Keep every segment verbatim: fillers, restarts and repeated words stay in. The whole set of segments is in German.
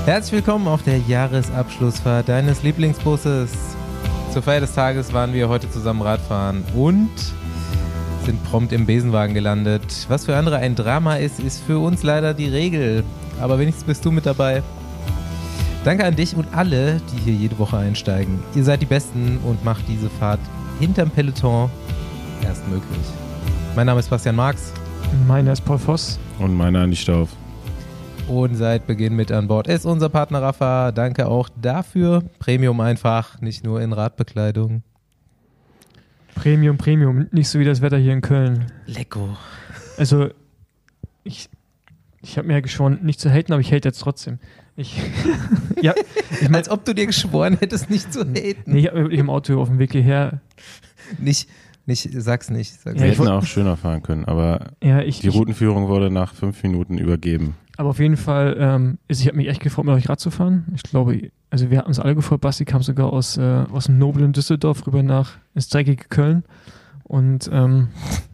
Herzlich willkommen auf der Jahresabschlussfahrt deines Lieblingsbusses. Zur Feier des Tages waren wir heute zusammen Radfahren und sind prompt im Besenwagen gelandet. Was für andere ein Drama ist, ist für uns leider die Regel. Aber wenigstens bist du mit dabei. Danke an dich und alle, die hier jede Woche einsteigen. Ihr seid die Besten und macht diese Fahrt hinterm Peloton erst möglich. Mein Name ist Bastian Marx. Meiner ist Paul Voss. Und meiner Andi Stauf. Und seit Beginn mit an Bord ist unser Partner Rafa. Danke auch dafür. Premium einfach, nicht nur in Radbekleidung. Premium, Premium, nicht so wie das Wetter hier in Köln. Lecko. Also, ich, ich habe mir ja geschworen, nicht zu haten, aber ich hate jetzt trotzdem. Ich, ja, ich mein, Als ob du dir geschworen hättest, nicht zu haten. Nee, ich habe im Auto auf dem Weg hierher. Nicht, nicht, sag's nicht. Sag's Wir Ja, nicht. hätten auch schöner fahren können, aber Ja, ich, die Routenführung wurde nach fünf Minuten übergeben. Aber auf jeden Fall, ähm, ist, ich habe mich echt gefreut, mit euch Rad zu fahren. Ich glaube, also wir hatten uns alle gefreut. Basti kam sogar aus, äh, aus dem noblen Düsseldorf rüber nach ins dreckige Köln. Und ähm,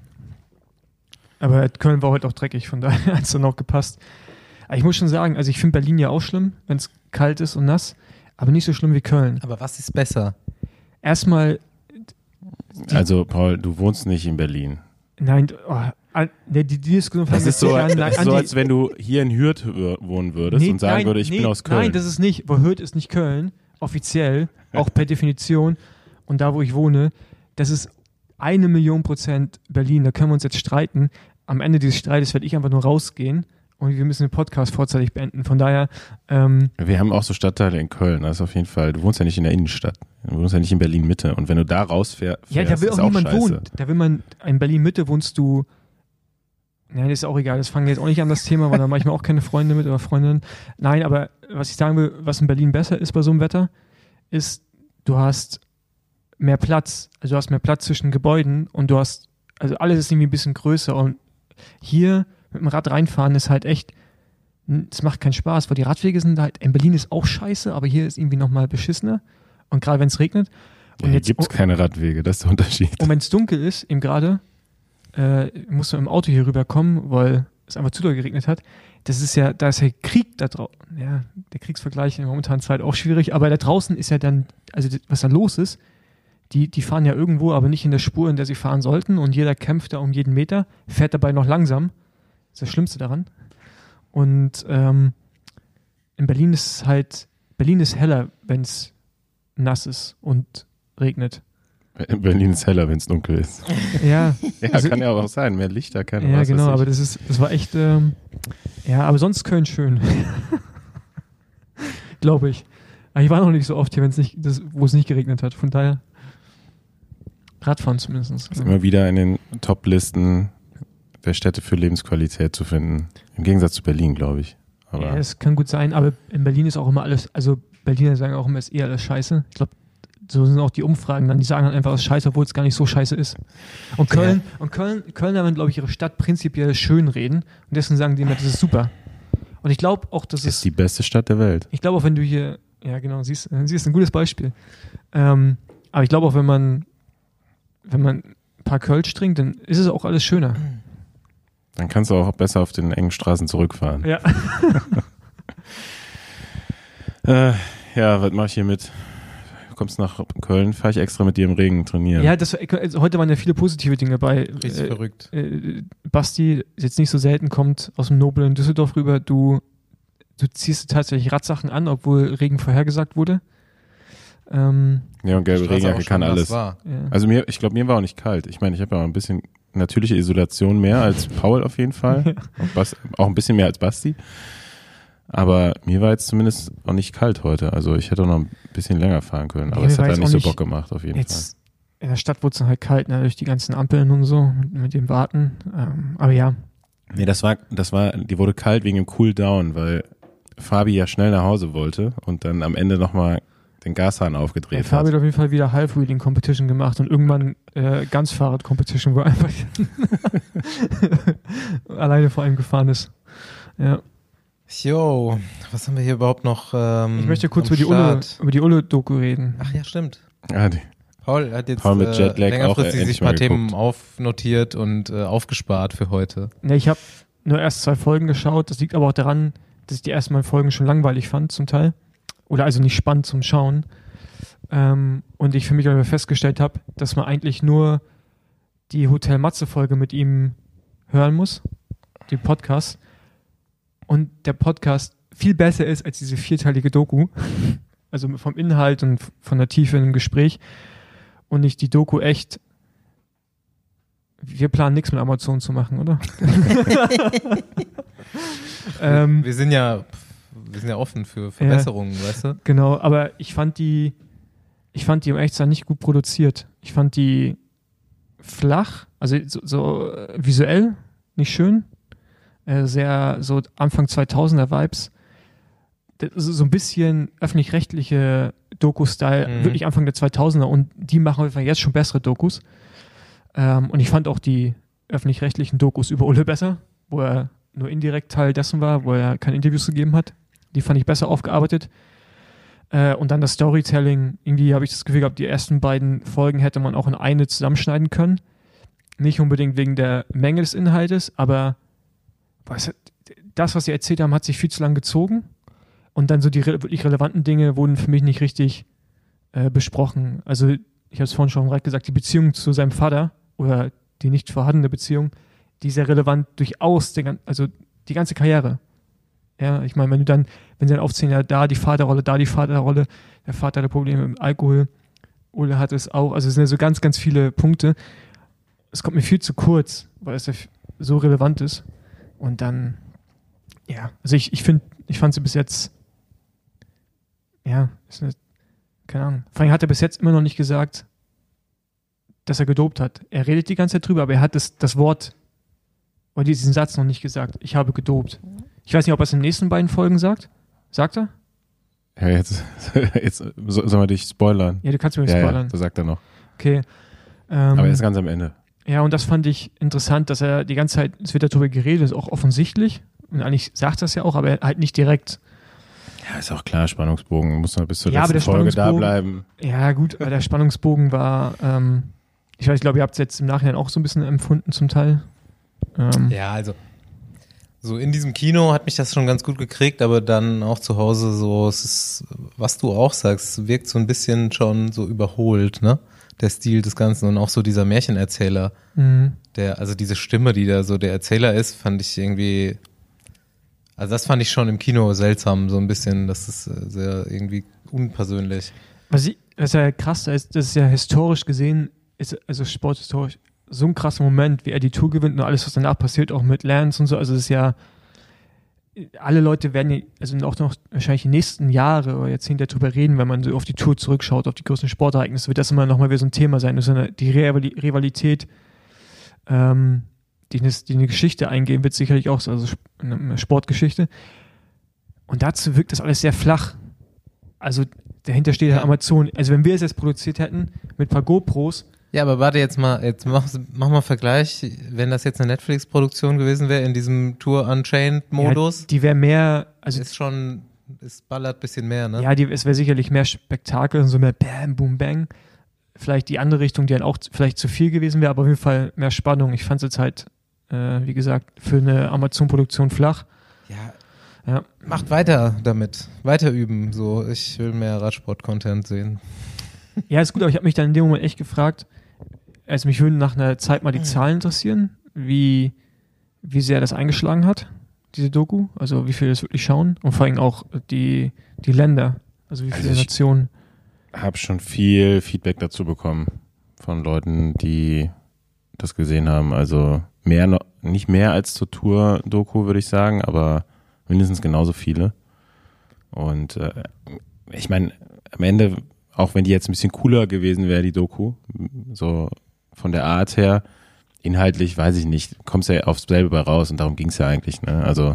aber Köln war heute auch dreckig, von daher hat es dann auch gepasst. Aber ich muss schon sagen, also ich finde Berlin ja auch schlimm, wenn es kalt ist und nass, aber nicht so schlimm wie Köln. Aber was ist besser? Erstmal, Also Paul, du wohnst nicht in Berlin. nein, oh, an, die, die Diskussion Das ist so, an, das ist so als wenn du hier in Hürth wür- wohnen würdest Nee, und sagen nein, würde, ich nee, bin aus Köln. Nein, das ist nicht, wo Hürth ist nicht Köln, offiziell, auch per Definition. Und da, wo ich wohne, das ist eine Million Prozent Berlin. Da können wir uns jetzt streiten. Am Ende dieses Streites werde ich einfach nur rausgehen und wir müssen den Podcast vorzeitig beenden. Von daher, ähm, Wir haben auch so Stadtteile in Köln, das ist auf jeden Fall. Du wohnst ja nicht in der Innenstadt, du wohnst ja nicht in Berlin-Mitte. Und wenn du da rausfährst, ja, da will ist auch niemand scheiße. wohnen. Da will man, in Berlin-Mitte wohnst du, nein, das ist auch egal, das fangen wir jetzt auch nicht an, das Thema, weil da mache ich mir auch keine Freunde mit oder Freundinnen. Nein, aber was ich sagen will, was in Berlin besser ist bei so einem Wetter, ist, du hast mehr Platz. Also du hast mehr Platz zwischen Gebäuden und du hast, also alles ist irgendwie ein bisschen größer und hier mit dem Rad reinfahren ist halt echt, es macht keinen Spaß, weil die Radwege sind halt, in Berlin ist auch scheiße, aber hier ist irgendwie nochmal beschissener und gerade wenn es regnet. Und Ja, jetzt gibt es keine Radwege, das ist der Unterschied. und wenn es dunkel ist, eben gerade, äh, musst du im Auto hier rüberkommen, weil es einfach zu doll geregnet hat. Das ist ja, da ist ja Krieg da draußen. Ja, der Kriegsvergleich in der momentanen Zeit auch schwierig, aber da draußen ist ja dann, also das, was da los ist, die, die fahren ja irgendwo, aber nicht in der Spur, in der sie fahren sollten und jeder kämpft da um jeden Meter, fährt dabei noch langsam. Das ist das Schlimmste daran. Und ähm, in Berlin ist halt, Berlin ist heller, wenn es nass ist und regnet. In Berlin ist heller, wenn es dunkel ist. Ja, Ja, Also- kann ja auch sein, mehr Lichter, keine ja was genau, weiß aber ich. das ist, das war echt, ähm, ja, aber sonst Köln schön. Glaube ich. Aber ich war noch nicht so oft hier, wenn's nicht, das, wo es nicht geregnet hat. Von daher Radfahren zumindest. Ist immer wieder in den Top-Listen der Städte für Lebensqualität zu finden. Im Gegensatz zu Berlin, glaube ich. Aber Ja, es kann gut sein, aber in Berlin ist auch immer alles, also Berliner sagen auch immer, es ist eh alles scheiße. Ich glaube, so sind auch die Umfragen dann, die sagen dann einfach, es ist scheiße, obwohl es gar nicht so scheiße ist. Und Köln, und Köln, Kölner werden, glaube ich, ihre Stadt prinzipiell schön reden und deswegen sagen die immer, das ist super. Und ich glaube auch, das ist ist, die beste Stadt der Welt. ich glaube auch, wenn du hier, ja genau, siehst, siehst ein gutes Beispiel. Ähm, aber ich glaube auch, wenn man, wenn man ein paar Kölsch trinkt, dann ist es auch alles schöner. Dann kannst du auch besser auf den engen Straßen zurückfahren. Ja. Äh, ja, was mache ich hier mit? Du kommst nach Köln, fahre ich extra mit dir im Regen trainieren. Ja, das, also heute waren ja viele positive Dinge bei. Richtig äh, verrückt. äh, Basti, ist jetzt nicht so selten, kommt aus dem noblen Düsseldorf rüber. Du, du ziehst tatsächlich Radsachen an, obwohl Regen vorhergesagt wurde. Ähm, Ja, und gelbe Straße Regenjacke auch kann schon, was alles. war. ja. Also mir, ich glaube, mir war auch nicht kalt. Ich meine, ich habe ja auch ein bisschen natürliche Isolation mehr als Paul auf jeden Fall. Auch, Bas, auch ein bisschen mehr als Basti. Aber mir war jetzt zumindest auch nicht kalt heute. Also ich hätte auch noch ein bisschen länger fahren können. Aber Ja, mir es war hat jetzt dann nicht auch so nicht- Bock gemacht auf jeden Jetzt in der Stadt wurde es dann halt kalt, ne, durch die ganzen Ampeln und so, mit, mit dem Warten. Ähm, aber ja, Fall. Nee, das war, das war, die wurde kalt wegen dem Cooldown, weil Fabi ja schnell nach Hause wollte und dann am Ende nochmal den Gashahn der aufgedreht Fabi hat. hat auf jeden Fall wieder Half-Wheeling-Competition gemacht und irgendwann äh, Ganzfahrrad-Competition, wo er einfach alleine vor allem gefahren ist. Ja. Jo, was haben wir hier überhaupt noch? Ähm, Ich möchte kurz am über die Ulle, Start? über die Ulle-Doku reden. Ach ja, stimmt. Ja, die, Paul hat jetzt Paul mit äh, Jetlag auch, äh, längerfristig endlich sich ein paar mal Themen geguckt. aufnotiert und äh, aufgespart für heute. Ne, ich habe nur erst zwei Folgen geschaut. Das liegt aber auch daran, dass ich die ersten beiden Folgen schon langweilig fand zum Teil. Oder also nicht spannend zum Schauen. Ähm, und ich für mich aber festgestellt habe, dass man eigentlich nur die Hotel Matze-Folge mit ihm hören muss, den Podcast. Und der Podcast viel besser ist als diese vierteilige Doku. Also vom Inhalt und von der Tiefe im Gespräch. Und ich die Doku echt. Wir planen nichts mit Amazon zu machen, oder? ähm, wir sind ja, wir sind ja offen für Verbesserungen, ja, weißt du? Genau, aber ich fand die, ich fand die um echt zu sein nicht gut produziert. Ich fand die flach, also so, so visuell nicht schön, äh, sehr so Anfang zweitausender Vibes. So ein bisschen öffentlich-rechtliche Doku-Style, mhm. wirklich Anfang der zweitausender, und die machen einfach jetzt schon bessere Dokus. Ähm, und ich fand auch die öffentlich-rechtlichen Dokus über Ulle besser, wo er nur indirekt Teil dessen war, wo er keine Interviews gegeben hat. Die fand ich besser aufgearbeitet. Äh, und dann das Storytelling, irgendwie habe ich das Gefühl gehabt, die ersten beiden Folgen hätte man auch in eine zusammenschneiden können. Nicht unbedingt wegen der Menge des Inhaltes, aber was, das, was sie erzählt haben, hat sich viel zu lang gezogen. Und dann so die re- wirklich relevanten Dinge wurden für mich nicht richtig äh, besprochen. Also ich habe es vorhin schon direkt gesagt, die Beziehung zu seinem Vater oder die nicht vorhandene Beziehung, die ist sehr relevant durchaus, den, also die ganze Karriere. Ja, ich meine, wenn du dann, wenn sie dann aufzählen, ja, da die Vaterrolle, da die Vaterrolle, der Vater hatte Probleme mit dem Alkohol, Ulle hat es auch, also es sind ja so ganz, ganz viele Punkte. Es kommt mir viel zu kurz, weil es ja so relevant ist. Und dann, ja, also ich, ich finde, ich fand sie bis jetzt, ja, ist eine, keine Ahnung. Vor allem hat er bis jetzt immer noch nicht gesagt, dass er gedopt hat. Er redet die ganze Zeit drüber, aber er hat das, das Wort oder diesen Satz noch nicht gesagt. Ich habe gedopt. Ich weiß nicht, ob er es in den nächsten beiden Folgen sagt. Sagt er? Ja, jetzt, jetzt sollen wir dich spoilern. Ja, du kannst mir nicht ja, spoilern. Ja, das sagt er noch. Okay. Ähm, aber er ist ganz am Ende. Ja, und das fand ich interessant, dass er die ganze Zeit, es wird darüber geredet, ist auch offensichtlich. Und eigentlich sagt er es ja auch, aber halt nicht direkt. Ja, ist auch klar, Spannungsbogen. Muss noch bis zur ja, letzten Folge da bleiben. Ja, gut, aber der Spannungsbogen war, ähm, ich weiß, ich glaube, ihr habt es jetzt im Nachhinein auch so ein bisschen empfunden zum Teil. Ähm, ja, also so in diesem Kino hat mich das schon ganz gut gekriegt, aber dann auch zu Hause so, es ist, was du auch sagst, wirkt so ein bisschen schon so überholt, ne? Der Stil des Ganzen und auch so dieser Märchenerzähler, mhm. der, also diese Stimme, die da so der Erzähler ist, fand ich irgendwie, also das fand ich schon im Kino seltsam, so ein bisschen, das ist sehr irgendwie unpersönlich. Was, ich, was ja krass ist, das ist ja historisch gesehen, ist, also sporthistorisch, so ein krasser Moment, wie er die Tour gewinnt und alles, was danach passiert, auch mit Lance und so, also es ist ja, alle Leute werden ja, also auch noch wahrscheinlich die nächsten Jahre oder Jahrzehnte darüber reden, wenn man so auf die Tour zurückschaut, auf die größten Sportereignisse, wird das immer nochmal wieder so ein Thema sein. Das ist eine, die Rivali- Rivalität, ähm, die, eine, die eine Geschichte eingehen wird, sicherlich auch so, also eine Sportgeschichte. Und dazu wirkt das alles sehr flach. Also dahinter steht halt Amazon. Also wenn wir es jetzt produziert hätten mit ein paar GoPros. Ja, aber warte jetzt mal, jetzt mach, mach mal Vergleich, wenn das jetzt eine Netflix-Produktion gewesen wäre in diesem Tour Unchained-Modus. Ja, die wäre mehr, also ist schon, es ballert ein bisschen mehr, ne? Ja, die, es wäre sicherlich mehr Spektakel und so mehr Bam, Boom, Bang. Vielleicht die andere Richtung, die dann auch vielleicht zu viel gewesen wäre, aber auf jeden Fall mehr Spannung. Ich fand es jetzt halt, äh, wie gesagt, für eine Amazon-Produktion flach. Ja. Ja. Macht weiter damit, weiter üben, so, ich will mehr Radsport-Content sehen. Ja, ist gut, aber ich habe mich dann in dem Moment echt gefragt, also mich würden nach einer Zeit mal die Zahlen interessieren, wie, wie sehr das eingeschlagen hat, diese Doku, also wie viele das wirklich schauen und vor allem auch die, die Länder, also wie viele also Nationen. Ich habe schon viel Feedback dazu bekommen von Leuten, die das gesehen haben, also mehr noch, nicht mehr als zur Tour-Doku, würde ich sagen, aber mindestens genauso viele. Und äh, ich meine, am Ende, auch wenn die jetzt ein bisschen cooler gewesen wäre, die Doku, so von der Art her, inhaltlich, weiß ich nicht, kommst ja aufs selbe bei raus und darum ging es ja eigentlich, ne? Also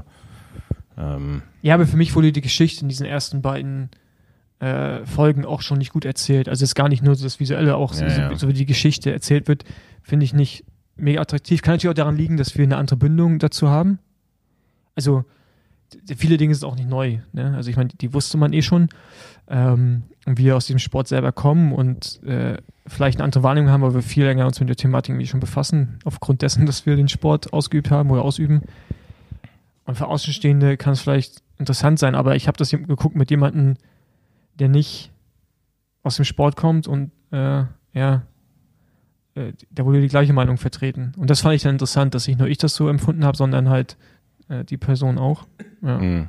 ähm, ja, aber für mich wurde die Geschichte in diesen ersten beiden äh, Folgen auch schon nicht gut erzählt. Also es ist gar nicht nur so das Visuelle, auch so, ja, ja. so wie die Geschichte erzählt wird, finde ich nicht mega attraktiv. Kann natürlich auch daran liegen, dass wir eine andere Bindung dazu haben. Also d- viele Dinge sind auch nicht neu, ne? Also ich meine, die wusste man eh schon. Ähm, und wir aus dem Sport selber kommen und äh, vielleicht eine andere Wahrnehmung haben, weil wir viel länger uns mit der Thematik irgendwie schon befassen, aufgrund dessen, dass wir den Sport ausgeübt haben oder ausüben. Und für Außenstehende kann es vielleicht interessant sein, aber ich habe das geguckt mit jemandem, der nicht aus dem Sport kommt und äh, ja, äh, da wurde die gleiche Meinung vertreten. Und das fand ich dann interessant, dass nicht nur ich das so empfunden habe, sondern halt äh, die Person auch. Ja. Mhm.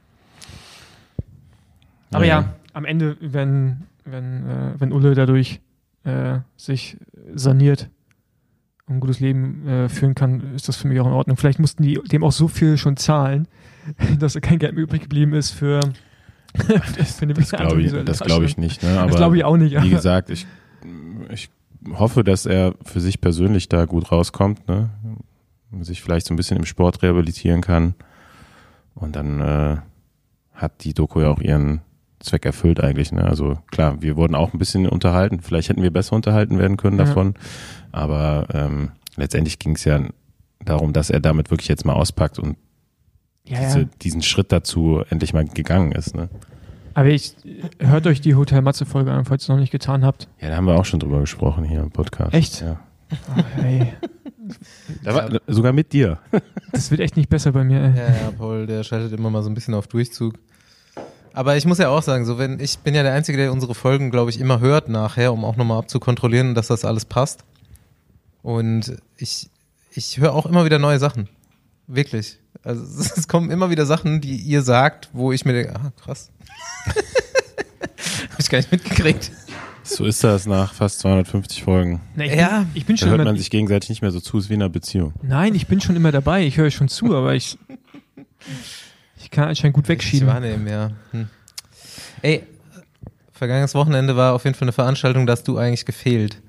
Aber Ja, ja, ja. am Ende, wenn, wenn, äh, wenn Ulle dadurch äh, sich saniert und ein gutes Leben äh, führen kann, ist das für mich auch in Ordnung. Vielleicht mussten die dem auch so viel schon zahlen, dass da kein Geld mehr übrig geblieben ist für, für eine Das glaube ich, das glaube ich nicht. Ne? Aber das glaube ich auch nicht. wie gesagt, ich, ich hoffe, dass er für sich persönlich da gut rauskommt, ne? Sich vielleicht so ein bisschen im Sport rehabilitieren kann. Und dann äh, hat die Doku ja auch ihren Zweck erfüllt eigentlich. Ne? Also klar, wir wurden auch ein bisschen unterhalten. Vielleicht hätten wir besser unterhalten werden können Ja. davon. Aber ähm, letztendlich ging es ja darum, dass er damit wirklich jetzt mal auspackt und Ja, diese, ja. diesen Schritt dazu endlich mal gegangen ist. Ne? Aber ich, hört euch die Hotel Matze-Folge an, falls ihr es noch nicht getan habt. Ja, da haben wir auch schon drüber gesprochen hier im Podcast. Echt? Ja. Oh, ey, Da war, sogar mit dir. das wird echt nicht besser bei mir. Ey. Ja, ja, Paul, der schaltet immer mal so ein bisschen auf Durchzug. Aber ich muss ja auch sagen, so wenn ich bin ja der Einzige, der unsere Folgen, glaube ich, immer hört nachher, um auch nochmal abzukontrollieren, dass das alles passt. Und ich, ich höre auch immer wieder neue Sachen. Wirklich. Also es, es kommen immer wieder Sachen, die ihr sagt, wo ich mir denke, ah, krass. Hab ich gar nicht mitgekriegt. So ist das nach fast zweihundertfünfzig Folgen. Na, ich, Ja. bin, ich bin Da schon hört immer, man sich gegenseitig nicht mehr so zu, ist wie in einer Beziehung. Nein, ich bin schon immer dabei. Ich höre schon zu, aber ich, ich kann anscheinend gut Ich wegschieben. wahrnehmen, ja. Hm. Ey, vergangenes Wochenende war auf jeden Fall eine Veranstaltung, da hast du eigentlich gefehlt.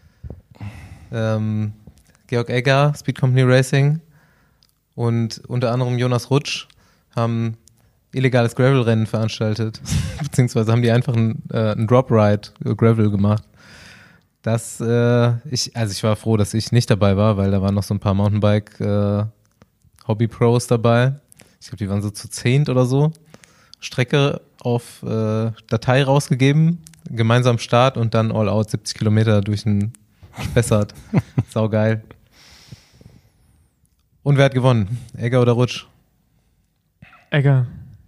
Ähm, Georg Egger, Speed Company Racing und unter anderem Jonas Rutsch haben illegales Gravel-Rennen veranstaltet. Beziehungsweise haben die einfach einen, äh, einen Drop-Ride äh, Gravel gemacht. Das, äh, ich, also ich war froh, dass ich nicht dabei war, weil da waren noch so ein paar Mountainbike äh, Hobby-Pros dabei. Ich glaube, die waren so zu zehnt oder so. Strecke auf äh, Datei rausgegeben, gemeinsam Start und dann all out siebzig Kilometer durch den Spessart. Saugeil. Und wer hat gewonnen? Egger oder Rutsch? Egger.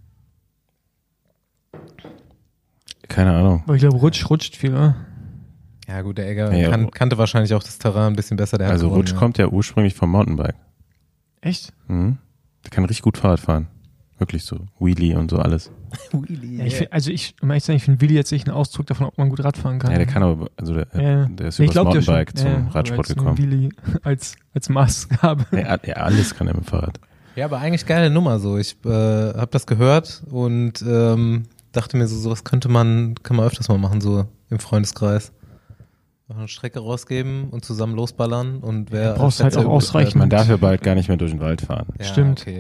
Keine Ahnung. Aber ich glaube, rutscht, rutscht viel, oder? Ja gut, der Egger Ja, kan- kannte wahrscheinlich auch das Terrain ein bisschen besser. Der hat Also gewonnen, Rutsch ja. kommt ja ursprünglich vom Mountainbike. Echt? Mhm. Der kann richtig gut Fahrrad fahren. Wirklich so. Wheelie und so alles. Ja, ich find, also ich, um ehrlich zu sein, ich finde Willi jetzt nicht einen Ausdruck davon, ob man gut Rad fahren kann. Ja, der kann aber, also der, Ja. der ist Nee, ich übers glaub dir schon. Mountainbike zum Ja, aber Radsport jetzt nur gekommen. Willi als, als Maßgabe. Nee, a- ja, alles kann er mit dem Fahrrad. Ja, aber eigentlich geile Nummer so. Ich äh, habe das gehört und ähm, dachte mir so, sowas könnte man, kann man öfters mal machen, so im Freundeskreis. Noch eine Strecke rausgeben und zusammen losballern und wer Du brauchst als halt auch Letzter- ausreichend. Man darf ja bald gar nicht mehr durch den Wald fahren. Ja, Stimmt. Okay.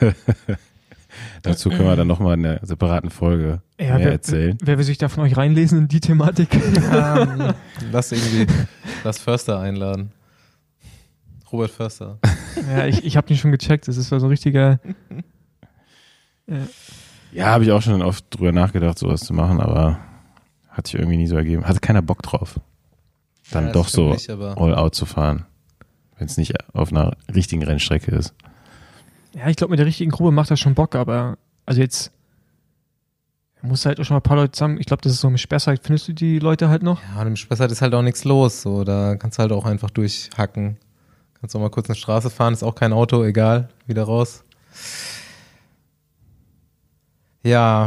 Dazu können wir dann nochmal in einer separaten Folge Ja, mehr wer, erzählen. wer will sich da von euch reinlesen in die Thematik? Ähm, lass irgendwie, lass Förster einladen. Robert Förster. ja, ich, ich habe den schon gecheckt. Das ist so ein richtiger. Äh, Ja, habe ich auch schon oft drüber nachgedacht, sowas zu machen, aber hat sich irgendwie nie so ergeben. Hatte keiner Bock drauf, dann Ja, doch das stimmt so nicht, aber- all out zu fahren, wenn es nicht auf einer richtigen Rennstrecke ist. ja, ich glaube, mit der richtigen Gruppe macht das schon Bock, aber also jetzt muss halt auch schon mal ein paar Leute zusammen. Ich glaube, das ist so im Spessart. Findest du die Leute halt noch? Ja, und im Spessart ist halt auch nichts los. So, da kannst du halt auch einfach durchhacken. Kannst auch mal kurz eine Straße fahren, ist auch kein Auto, egal, wieder raus. Ja.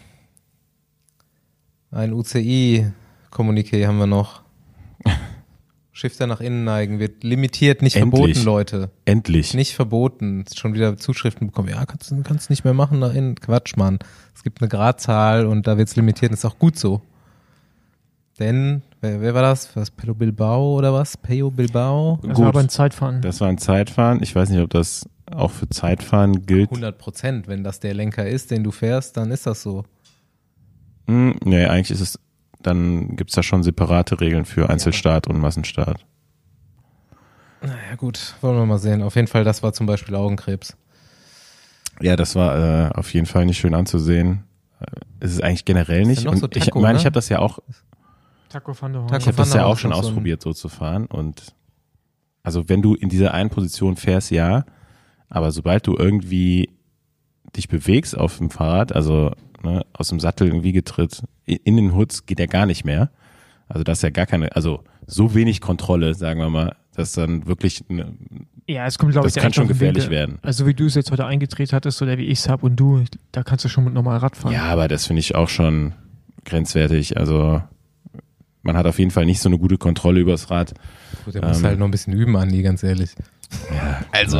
Ein U C I-Kommuniqué haben wir noch. Shifter nach innen neigen wird limitiert, nicht Endlich. verboten, Leute. Endlich. Nicht verboten. Schon wieder Zuschriften bekommen. Ja, kannst du kannst nicht mehr machen nach innen. Quatsch, Mann. Es gibt eine Gradzahl und da wird's limitiert. Das ist auch gut so. Denn, wer, wer war das? Was, Pello Bilbao oder was? Peyo Bilbao? Das Gut. war aber ein Zeitfahren. Das war ein Zeitfahren. Ich weiß nicht, ob das auch für Zeitfahren gilt. hundert Prozent. Wenn das der Lenker ist, den du fährst, dann ist das so. Hm, nee, eigentlich ist es, dann gibt's da schon separate Regeln für Einzelstart und Massenstart. Naja, gut. Wollen wir mal sehen. Auf jeden Fall, das war zum Beispiel Augenkrebs. Ja, das war äh, auf jeden Fall nicht schön anzusehen. Äh, Es ist eigentlich generell Ist nicht. ja noch so Und ich Taco, meine, ne? ich habe das ja auch, Taco van der Horn. Taco ich habe das Van der ja Horn auch ist schon noch so ein- ausprobiert, so zu fahren. Und also wenn du in dieser einen Position fährst, ja, aber sobald du irgendwie dich bewegst auf dem Fahrrad, also ne, aus dem Sattel irgendwie getritt, in den Hoods geht ja gar nicht mehr. Also das ist ja gar keine, also so wenig Kontrolle, sagen wir mal, dass dann wirklich eine, ja, es kommt, glaube ich, das kann schon gefährlich Winkel. werden. Also wie du es jetzt heute eingedreht hattest oder wie ich es habe und du, da kannst du schon mit normal Rad fahren. Ja, aber das finde ich auch schon grenzwertig. Also man hat auf jeden Fall nicht so eine gute Kontrolle übers Rad. Gut, der ähm, muss halt noch ein bisschen üben, Andi, ganz ehrlich. Ja, also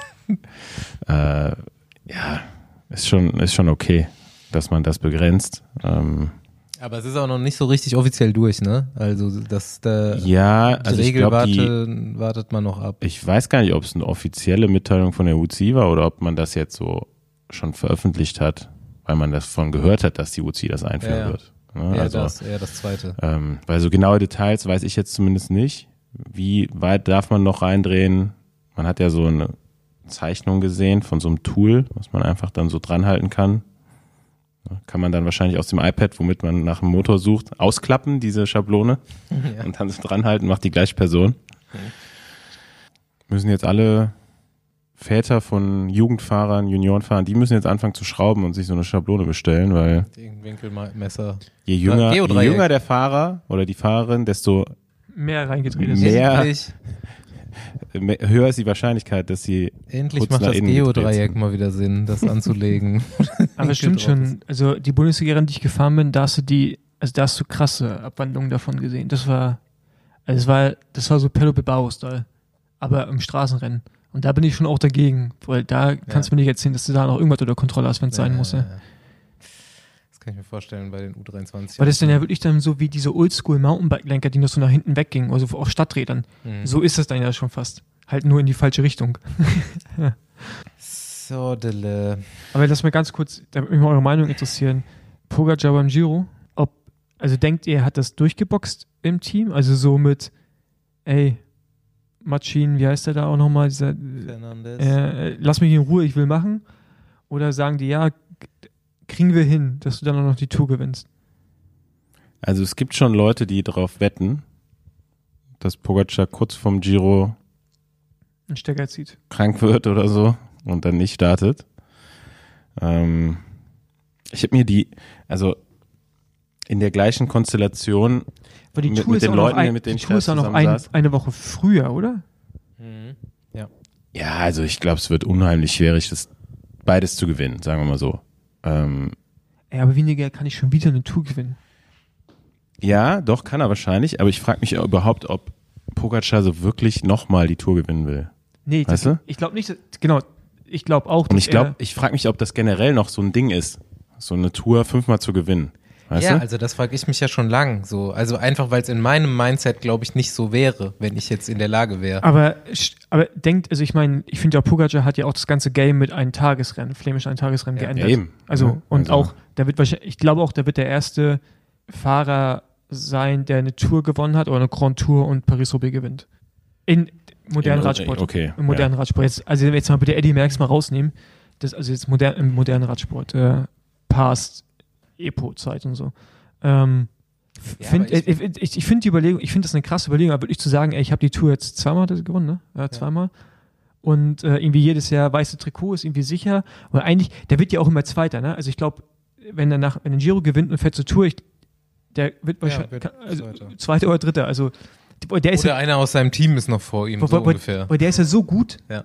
äh, ja, ist schon, ist schon okay, dass man das begrenzt. Ähm, Aber es ist auch noch nicht so richtig offiziell durch, ne? Also das der ja, also die Regel ich glaub, warte, die, wartet man noch ab. Ich weiß gar nicht, ob es eine offizielle Mitteilung von der U C I war oder ob man das jetzt so schon veröffentlicht hat, weil man davon gehört hat, dass die U C I das einführen ja, ja. wird. Ne? Ja, also, das, eher das Zweite. Ähm, weil so genaue Details weiß ich jetzt zumindest nicht. Wie weit darf man noch reindrehen? Man hat ja so eine Zeichnung gesehen von so einem Tool, was man einfach dann so dranhalten kann. Kann man dann wahrscheinlich aus dem iPad, womit man nach einem Motor sucht, ausklappen, diese Schablone, ja. Und dann so dranhalten, macht die gleiche Person. Okay. Müssen jetzt alle Väter von Jugendfahrern, Juniorenfahrern, die müssen jetzt anfangen zu schrauben und sich so eine Schablone bestellen, weil Winkelmesser. Je jünger, je jünger der Fahrer oder die Fahrerin, desto mehr reingedreht ist. Mehr, mehr, höher ist die Wahrscheinlichkeit, dass sie endlich macht das Geodreieck mal wieder Sinn, das anzulegen. Aber es stimmt schon, also die Bundesliga, die ich gefahren bin, da hast du die, also da hast du krasse Abwandlungen davon gesehen. Das war, also es war, das war so Pello Bilbao-Style, aber im Straßenrennen. Und da bin ich schon auch dagegen, weil da kannst du ja. mir nicht erzählen, dass du da noch irgendwas unter Kontrolle hast, wenn es ja, sein muss. Ja. Ja. Das kann ich mir vorstellen bei den U dreiundzwanzig. Weil das dann ja wirklich dann so wie diese Oldschool-Mountainbike-Lenker, die noch so nach hinten weggingen, also auf Stadträdern. Mhm. So ist das dann ja schon fast. Halt nur in die falsche Richtung. ja. So, Dille. Aber lass mal ganz kurz, da würde mich mal eure Meinung interessieren. Pogacar beim Giro, ob, also denkt ihr, er hat das durchgeboxt im Team? Also so mit, ey, Machin, wie heißt der da auch nochmal? Dieser, Fernandes. Äh, lass mich in Ruhe, ich will machen. Oder sagen die, ja, kriegen wir hin, dass du dann auch noch die Tour gewinnst? Also es gibt schon Leute, die darauf wetten, dass Pogacar kurz vorm Giro einen Stecker zieht, krank wird oder so und dann nicht startet. Ähm, ich habe mir die, also in der gleichen Konstellation aber die mit, Tour mit ist den auch Leuten, noch ein, mit denen die ich Tour da ist auch noch zusammen ein, saß. eine Woche früher, oder? Mhm. Ja. Ja, also ich glaube, es wird unheimlich schwierig, das beides zu gewinnen, sagen wir mal so. Ähm, ja, aber weniger kann ich schon wieder eine Tour gewinnen. Ja, doch, kann er wahrscheinlich, aber ich frage mich überhaupt, ob Pogacar so wirklich nochmal die Tour gewinnen will. Nee, weißt das, du? ich glaube nicht, dass, genau, ich glaube auch, Und ich glaube, ich frage mich, ob das generell noch so ein Ding ist, so eine Tour fünfmal zu gewinnen. Weißt ja, du? also das frage ich mich ja schon lang. So. Also einfach, weil es in meinem Mindset, glaube ich, nicht so wäre, wenn ich jetzt in der Lage wäre. Aber, aber denkt, also ich meine, ich finde ja, Pogacar hat ja auch das ganze Game mit einem Tagesrennen, flämisch ein Tagesrennen ja, geändert. Eben. Also, ja, und also. auch, da wird wahrscheinlich, ich glaube auch, da wird der erste Fahrer sein, der eine Tour gewonnen hat oder eine Grand Tour und Paris-Roubaix gewinnt. In modernen In, Radsport. Okay. Im modernen ja. Radsport. Jetzt, also jetzt mal bitte Eddie Merckx mal rausnehmen. Das, also jetzt modern, im modernen Radsport. Äh, past Epo-Zeit und so. Ähm, ja, find, ich ich ich, ich finde die Überlegung, ich finde das eine krasse Überlegung, aber wirklich zu sagen, ey, ich habe die Tour jetzt zweimal gewonnen, ne? Ja, zweimal. Ja. Und äh, irgendwie jedes Jahr weiße Trikot ist irgendwie sicher. Und eigentlich, der wird ja auch immer Zweiter, ne? Also ich glaube, wenn er nach wenn er Giro gewinnt und fährt zur Tour, ich, der wird wahrscheinlich ja, wird also, Zweiter. Zweiter oder Dritter. Also der ist oder ja, einer aus seinem Team ist noch vor ihm, wo, so wo, ungefähr. Weil der ist ja so gut. Ja.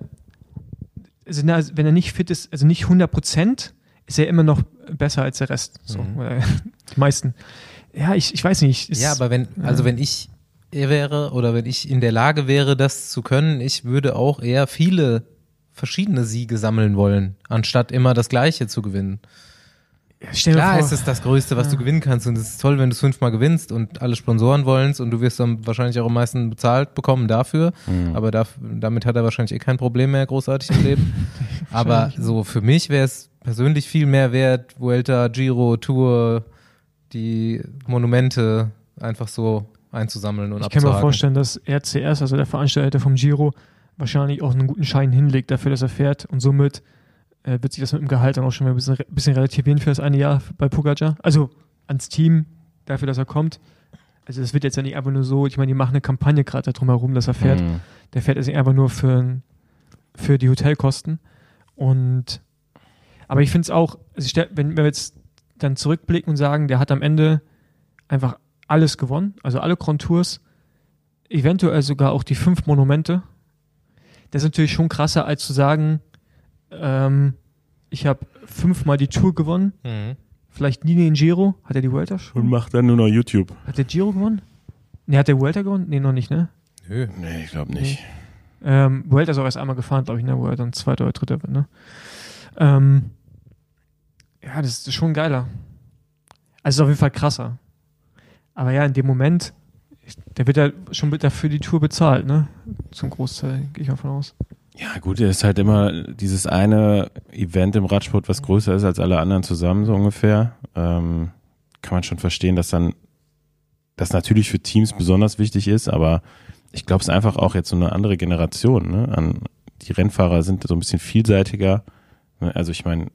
Also, na, wenn er nicht fit ist, also nicht hundert Prozent, ist er immer noch besser als der Rest. So, mhm. oder die meisten. Ja, ich, ich weiß nicht. Ist, ja, aber wenn, also wenn ich er wäre oder wenn ich in der Lage wäre, das zu können, ich würde auch eher viele verschiedene Siege sammeln wollen, anstatt immer das Gleiche zu gewinnen. Ja, stell dir Klar vor, ist es das Größte, was ja. du gewinnen kannst und es ist toll, wenn du es fünfmal gewinnst und alle Sponsoren wollen es und du wirst dann wahrscheinlich auch am meisten bezahlt bekommen dafür, mhm. aber da, damit hat er wahrscheinlich eh kein Problem mehr großartig im Leben. Aber so für mich wäre es persönlich viel mehr wert, Vuelta, Giro, Tour, die Monumente einfach so einzusammeln und ich abzuhaken. kann mir vorstellen, dass R C S, also der Veranstalter vom Giro, wahrscheinlich auch einen guten Schein hinlegt dafür, dass er fährt und somit äh, wird sich das mit dem Gehalt dann auch schon mal ein bisschen, bisschen relativieren für das eine Jahr bei Pogacar. Also ans Team, dafür, dass er kommt. Also das wird jetzt ja nicht einfach nur so, ich meine, die machen eine Kampagne gerade darum herum, dass er fährt. Mhm. Der fährt jetzt nicht einfach nur für, für die Hotelkosten. Und Aber ich finde es auch, also ich stell, wenn, wenn wir jetzt dann zurückblicken und sagen, der hat am Ende einfach alles gewonnen, also alle Grand Tours, eventuell sogar auch die fünf Monumente. Das ist natürlich schon krasser, als zu sagen, ähm, ich habe fünfmal die Tour gewonnen, Mhm. vielleicht nie den Giro. Hat er die Vuelta schon? Und macht dann nur noch YouTube. Hat der Giro gewonnen? Ne, hat der Vuelta gewonnen? Ne, noch nicht, ne? Nö. Nee, ich glaube nicht. Ähm, Vuelta ist auch erst einmal gefahren, glaube ich, ne? Wo er dann Zweiter oder Dritter wird, ne? Ähm, ja, das ist schon geiler. Also ist auf jeden Fall krasser. Aber ja, in dem Moment, der wird ja schon mit dafür die Tour bezahlt, ne? Zum Großteil, gehe ich mal von aus. Ja gut, es ist halt immer dieses eine Event im Radsport, was größer ist als alle anderen zusammen, so ungefähr. Ähm, kann man schon verstehen, dass dann das natürlich für Teams besonders wichtig ist, aber ich glaube, es ist einfach auch jetzt so eine andere Generation. Ne? An, die Rennfahrer sind so ein bisschen vielseitiger. Also ich meine,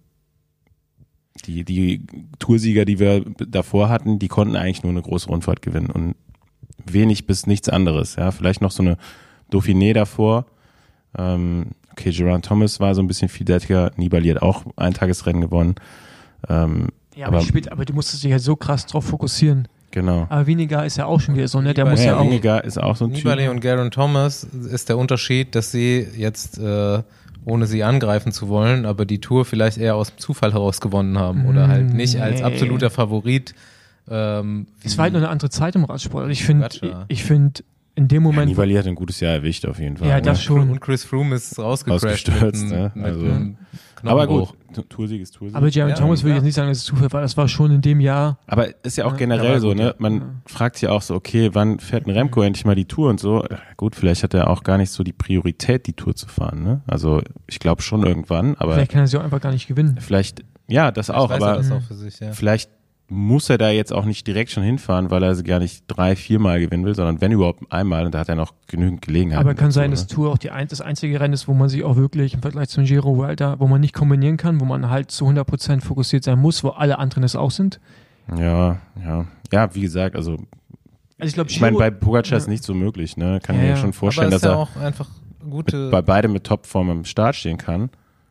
die, die Toursieger, die wir davor hatten, die konnten eigentlich nur eine große Rundfahrt gewinnen und wenig bis nichts anderes. Ja, vielleicht noch so eine Dauphiné davor. Ähm, okay, Geraint Thomas war so ein bisschen vielseitiger. Nibali hat auch Eintagesrennen gewonnen. Ähm, Ja, aber, aber, spät, aber du musstest dich halt so krass drauf fokussieren. genau. Aber weniger ist ja auch schon wieder so, ne? Der Nibali- muss ja, Ja, auch. Winiger ist auch so ein Nibali Typ. und Geraint Thomas ist der Unterschied, dass sie jetzt, äh, ohne sie angreifen zu wollen, aber die Tour vielleicht eher aus dem Zufall heraus gewonnen haben oder halt nicht als Nee. absoluter Favorit. Ähm, Es war halt nur eine andere Zeit im Radsport. Also ich finde, Pogacar. ich finde in dem Ja, Moment, Nibali hat ein gutes Jahr erwischt auf jeden Fall. Ja, ne? das schon. Und Chris Froome ist rausgecrashed Ausgestürzt, mit, ne? einem- Also- mit einem Aber Knochenbruch. gut, Toursieg ist Toursieg. aber Geraint Ja, Thomas würde ich ja. jetzt nicht sagen, dass es Zufall war. Das war schon in dem Jahr. Aber ist ja auch Ja, generell ja, war so, gut, ne? ja. Man Ja. fragt sich auch so, okay, wann fährt ein Remco endlich mal die Tour und so. Ja, gut, vielleicht hat er auch gar nicht so die Priorität, die Tour zu fahren, ne? Also ich glaube schon irgendwann, aber Vielleicht kann er sie auch einfach gar nicht gewinnen. vielleicht, ja, das auch, Weiß er aber das auch für sich, ja. vielleicht muss er da jetzt auch nicht direkt schon hinfahren, weil er sie gar nicht drei, viermal gewinnen will, sondern wenn überhaupt einmal, und da hat er noch genügend Gelegenheiten. Aber kann sein, dazu, dass Tour auch die ein, das einzige Rennen ist, wo man sich auch wirklich im Vergleich zum Giro Vuelta, wo man nicht kombinieren kann, wo man halt zu hundert Prozent fokussiert sein muss, wo alle anderen es auch sind. ne? Ja, ja. Ja, wie gesagt, also Also ich glaube, ich meine, bei Pogacar ist ja. nicht so möglich, ne? Kann Ja, ich mir ja. schon Aber vorstellen, ist dass ja er auch einfach gute. mit, bei beidem mit Topform im Start stehen kann,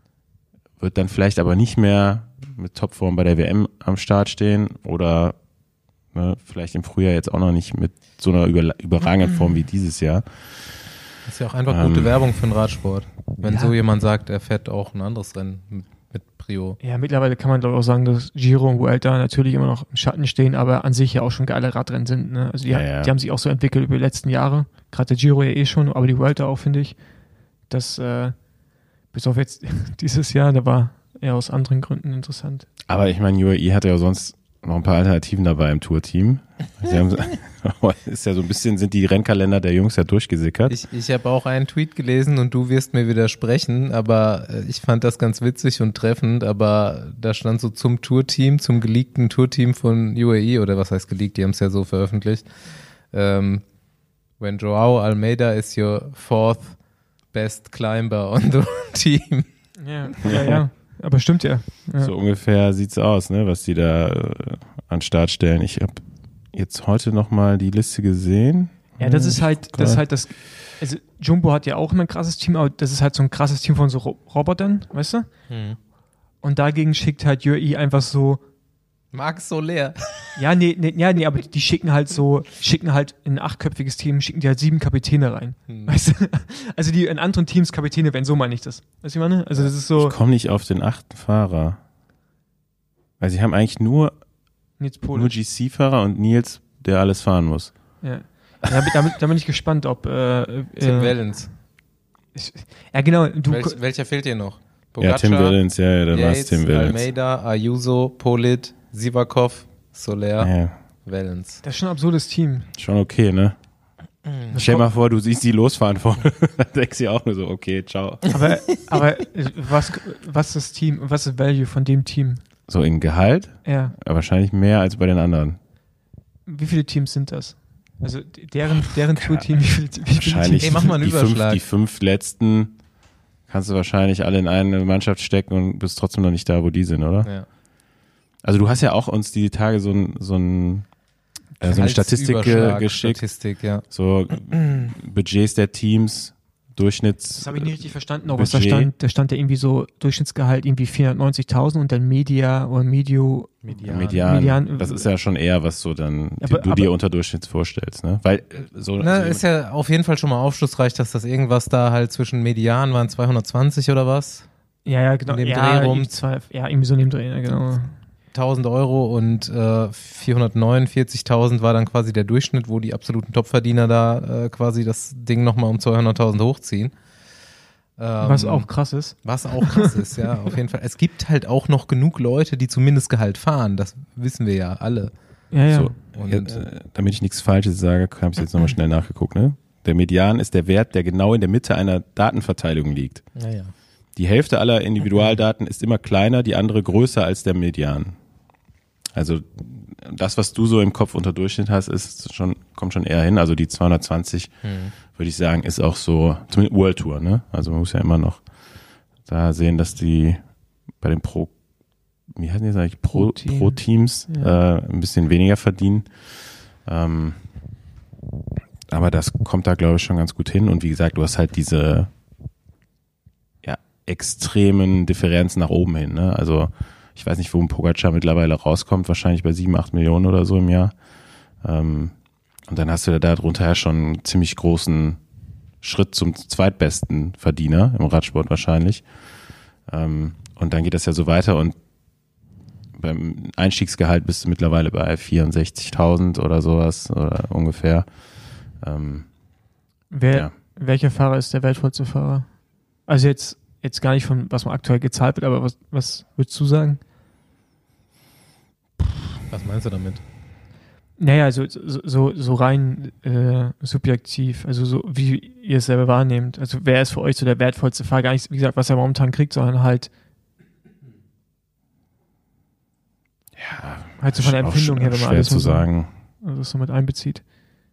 wird dann vielleicht aber nicht mehr mit Topform bei der W M am Start stehen oder ne, vielleicht im Frühjahr jetzt auch noch nicht mit so einer über, überragenden Form wie dieses Jahr. ist ja auch einfach Ähm, gute Werbung für den Radsport. Wenn Ja. so jemand sagt, er fährt auch ein anderes Rennen mit, mit Prio. Ja, mittlerweile kann man glaube ich auch sagen, dass Giro und Vuelta natürlich immer noch im Schatten stehen, aber an sich ja auch schon geile Radrennen sind. Ne? Also die, Ja, ja. die haben sich auch so entwickelt über die letzten Jahre. Gerade der Giro ja eh schon, aber die Vuelta auch, finde ich. Das, äh, bis auf jetzt dieses Jahr, da war eher aus anderen Gründen interessant. Aber ich meine, U A E hatte ja sonst noch ein paar Alternativen dabei im Tourteam. Sie haben, ist ja so ein bisschen, sind die Rennkalender der Jungs ja durchgesickert. Ich, ich habe auch einen Tweet gelesen und du wirst mir widersprechen, aber äh, ich fand das ganz witzig und treffend, aber da stand so zum Tourteam, zum geleakten Tourteam von U A E, oder was heißt geleakt, die haben es ja so veröffentlicht. Ähm, when Joao Almeida is your fourth best climber on the team. Ja, ja, ja. Aber stimmt ja. ja. So ungefähr sieht's aus, ne, was die da äh, an den Start stellen. Ich habe jetzt heute nochmal die Liste gesehen. Ja, das ist Ich halt, guck das ist grad. halt das, also Jumbo hat ja auch immer ein krasses Team, aber das ist halt so ein krasses Team von so Ro- Robotern, weißt du? Hm. Und dagegen schickt halt U A E einfach so, Max Soler. ja, nee, nee, ja, nee, aber die schicken halt so, schicken halt in ein achtköpfiges Team, schicken die halt sieben Kapitäne rein. Hm. Weißt du? Also die in anderen Teams Kapitäne wären, so meine ich das. Weißt du, wie ich meine? Also das ist so, Ich komme nicht auf den achten Fahrer. Weil sie haben eigentlich nur, Nils nur Pole. G C-Fahrer und Nils, der alles fahren muss. Ja. Da, bin- da bin ich gespannt, ob, äh, Tim äh, Wellens. ich, ja genau, du, Welch, welcher fehlt dir noch? Ja, Tim Wellens, ja, ja, dann war es Yates, Tim Wellens. Almeida, Ayuso, Polit, Sivakov, Soler, Ja, Wellens. das ist schon ein absurdes Team. schon okay, ne? Stell mal vor, du siehst die losfahren vorne. Dann denkst du dir auch nur so, okay, ciao. Aber, aber äh, was, was ist das Team, was ist Value von dem Team? So in Gehalt, Ja. aber wahrscheinlich mehr als bei den anderen. Wie viele Teams sind das? Also deren, deren Tour-Team, wie viele, wie viele Wahrscheinlich Ey, mach mal einen die, fünf, Überschlag. die fünf letzten kannst du wahrscheinlich alle in eine Mannschaft stecken und bist trotzdem noch nicht da, wo die sind, oder? Ja. Also du hast ja auch uns die Tage so, ein, so, ein, äh, so eine Statistik ge Gehaltsüberschlag, geschickt, Statistik, ja. so Budgets der Teams Durchschnitts... Das habe ich nicht richtig verstanden, aber was da Budget. stand, da stand ja irgendwie so Durchschnittsgehalt irgendwie vierhundertneunzigtausend und dann Media oder Medio. Median. Median. Median. Das ist ja schon eher, was so dann Aber- du aber- dir unter Durchschnitts vorstellst, ne? Weil äh, so, Na, so ist ja auf jeden Fall schon mal aufschlussreich, dass das irgendwas da halt zwischen Median waren, zweihundertzwanzig oder was? Ja, ja, genau. In dem ja, Dreh rum. irgendwie zwei, ja, irgendwie so in dem Dreh, ja, genau. tausend Euro und äh, vierhundertneunundvierzigtausend war dann quasi der Durchschnitt, wo die absoluten Topverdiener da äh, quasi das Ding nochmal um zweihunderttausend hochziehen. Ähm, Was auch krass ist. Was auch krass ist, ja, auf jeden Fall. Es gibt halt auch noch genug Leute, die zum Mindestgehalt fahren, das wissen wir ja alle. Ja, ja. So, Und- jetzt, äh, damit ich nichts Falsches sage, habe ich jetzt nochmal schnell nachgeguckt, ne? Der Median ist der Wert, der genau in der Mitte einer Datenverteilung liegt. Naja. Die Hälfte aller Individualdaten ist immer kleiner, die andere größer als der Median. Also das, was du so im Kopf unter Durchschnitt hast, ist schon, kommt schon eher hin. Also die zweihundertzwanzig, Hm. würde ich sagen, ist auch so, zumindest World Tour, ne? Also man muss ja immer noch da sehen, dass die bei den Pro, wie heißen die das eigentlich, Pro, Pro-Team. Pro-Teams Ja. äh, ein bisschen weniger verdienen. Ähm, aber das kommt da, glaube ich, schon ganz gut hin. Und wie gesagt, du hast halt diese ja, extremen Differenzen nach oben hin, ne? Also ich weiß nicht, wo ein Pogacar mittlerweile rauskommt, wahrscheinlich bei sieben, acht Millionen oder so im Jahr. Ähm, und dann hast du da drunter ja schon einen ziemlich großen Schritt zum zweitbesten Verdiener im Radsport wahrscheinlich. Ähm, und dann geht das ja so weiter und beim Einstiegsgehalt bist du mittlerweile bei vierundsechzigtausend oder sowas oder ungefähr. Ähm, Wer, ja. Welcher Fahrer ist der wertvollste Fahrer? Also jetzt, jetzt gar nicht von, was man aktuell gezahlt wird, aber was, was würdest du sagen? Was meinst du damit? Naja, also so, so, so rein äh, subjektiv, also so wie ihr es selber wahrnehmt. Also wer ist für euch so der wertvollste Fahrer? Gar nicht, wie gesagt, was er momentan kriegt, sondern halt ja, halt so von der auch Empfindung her, wenn man schwer alles zu so, sagen. also das so mit einbezieht.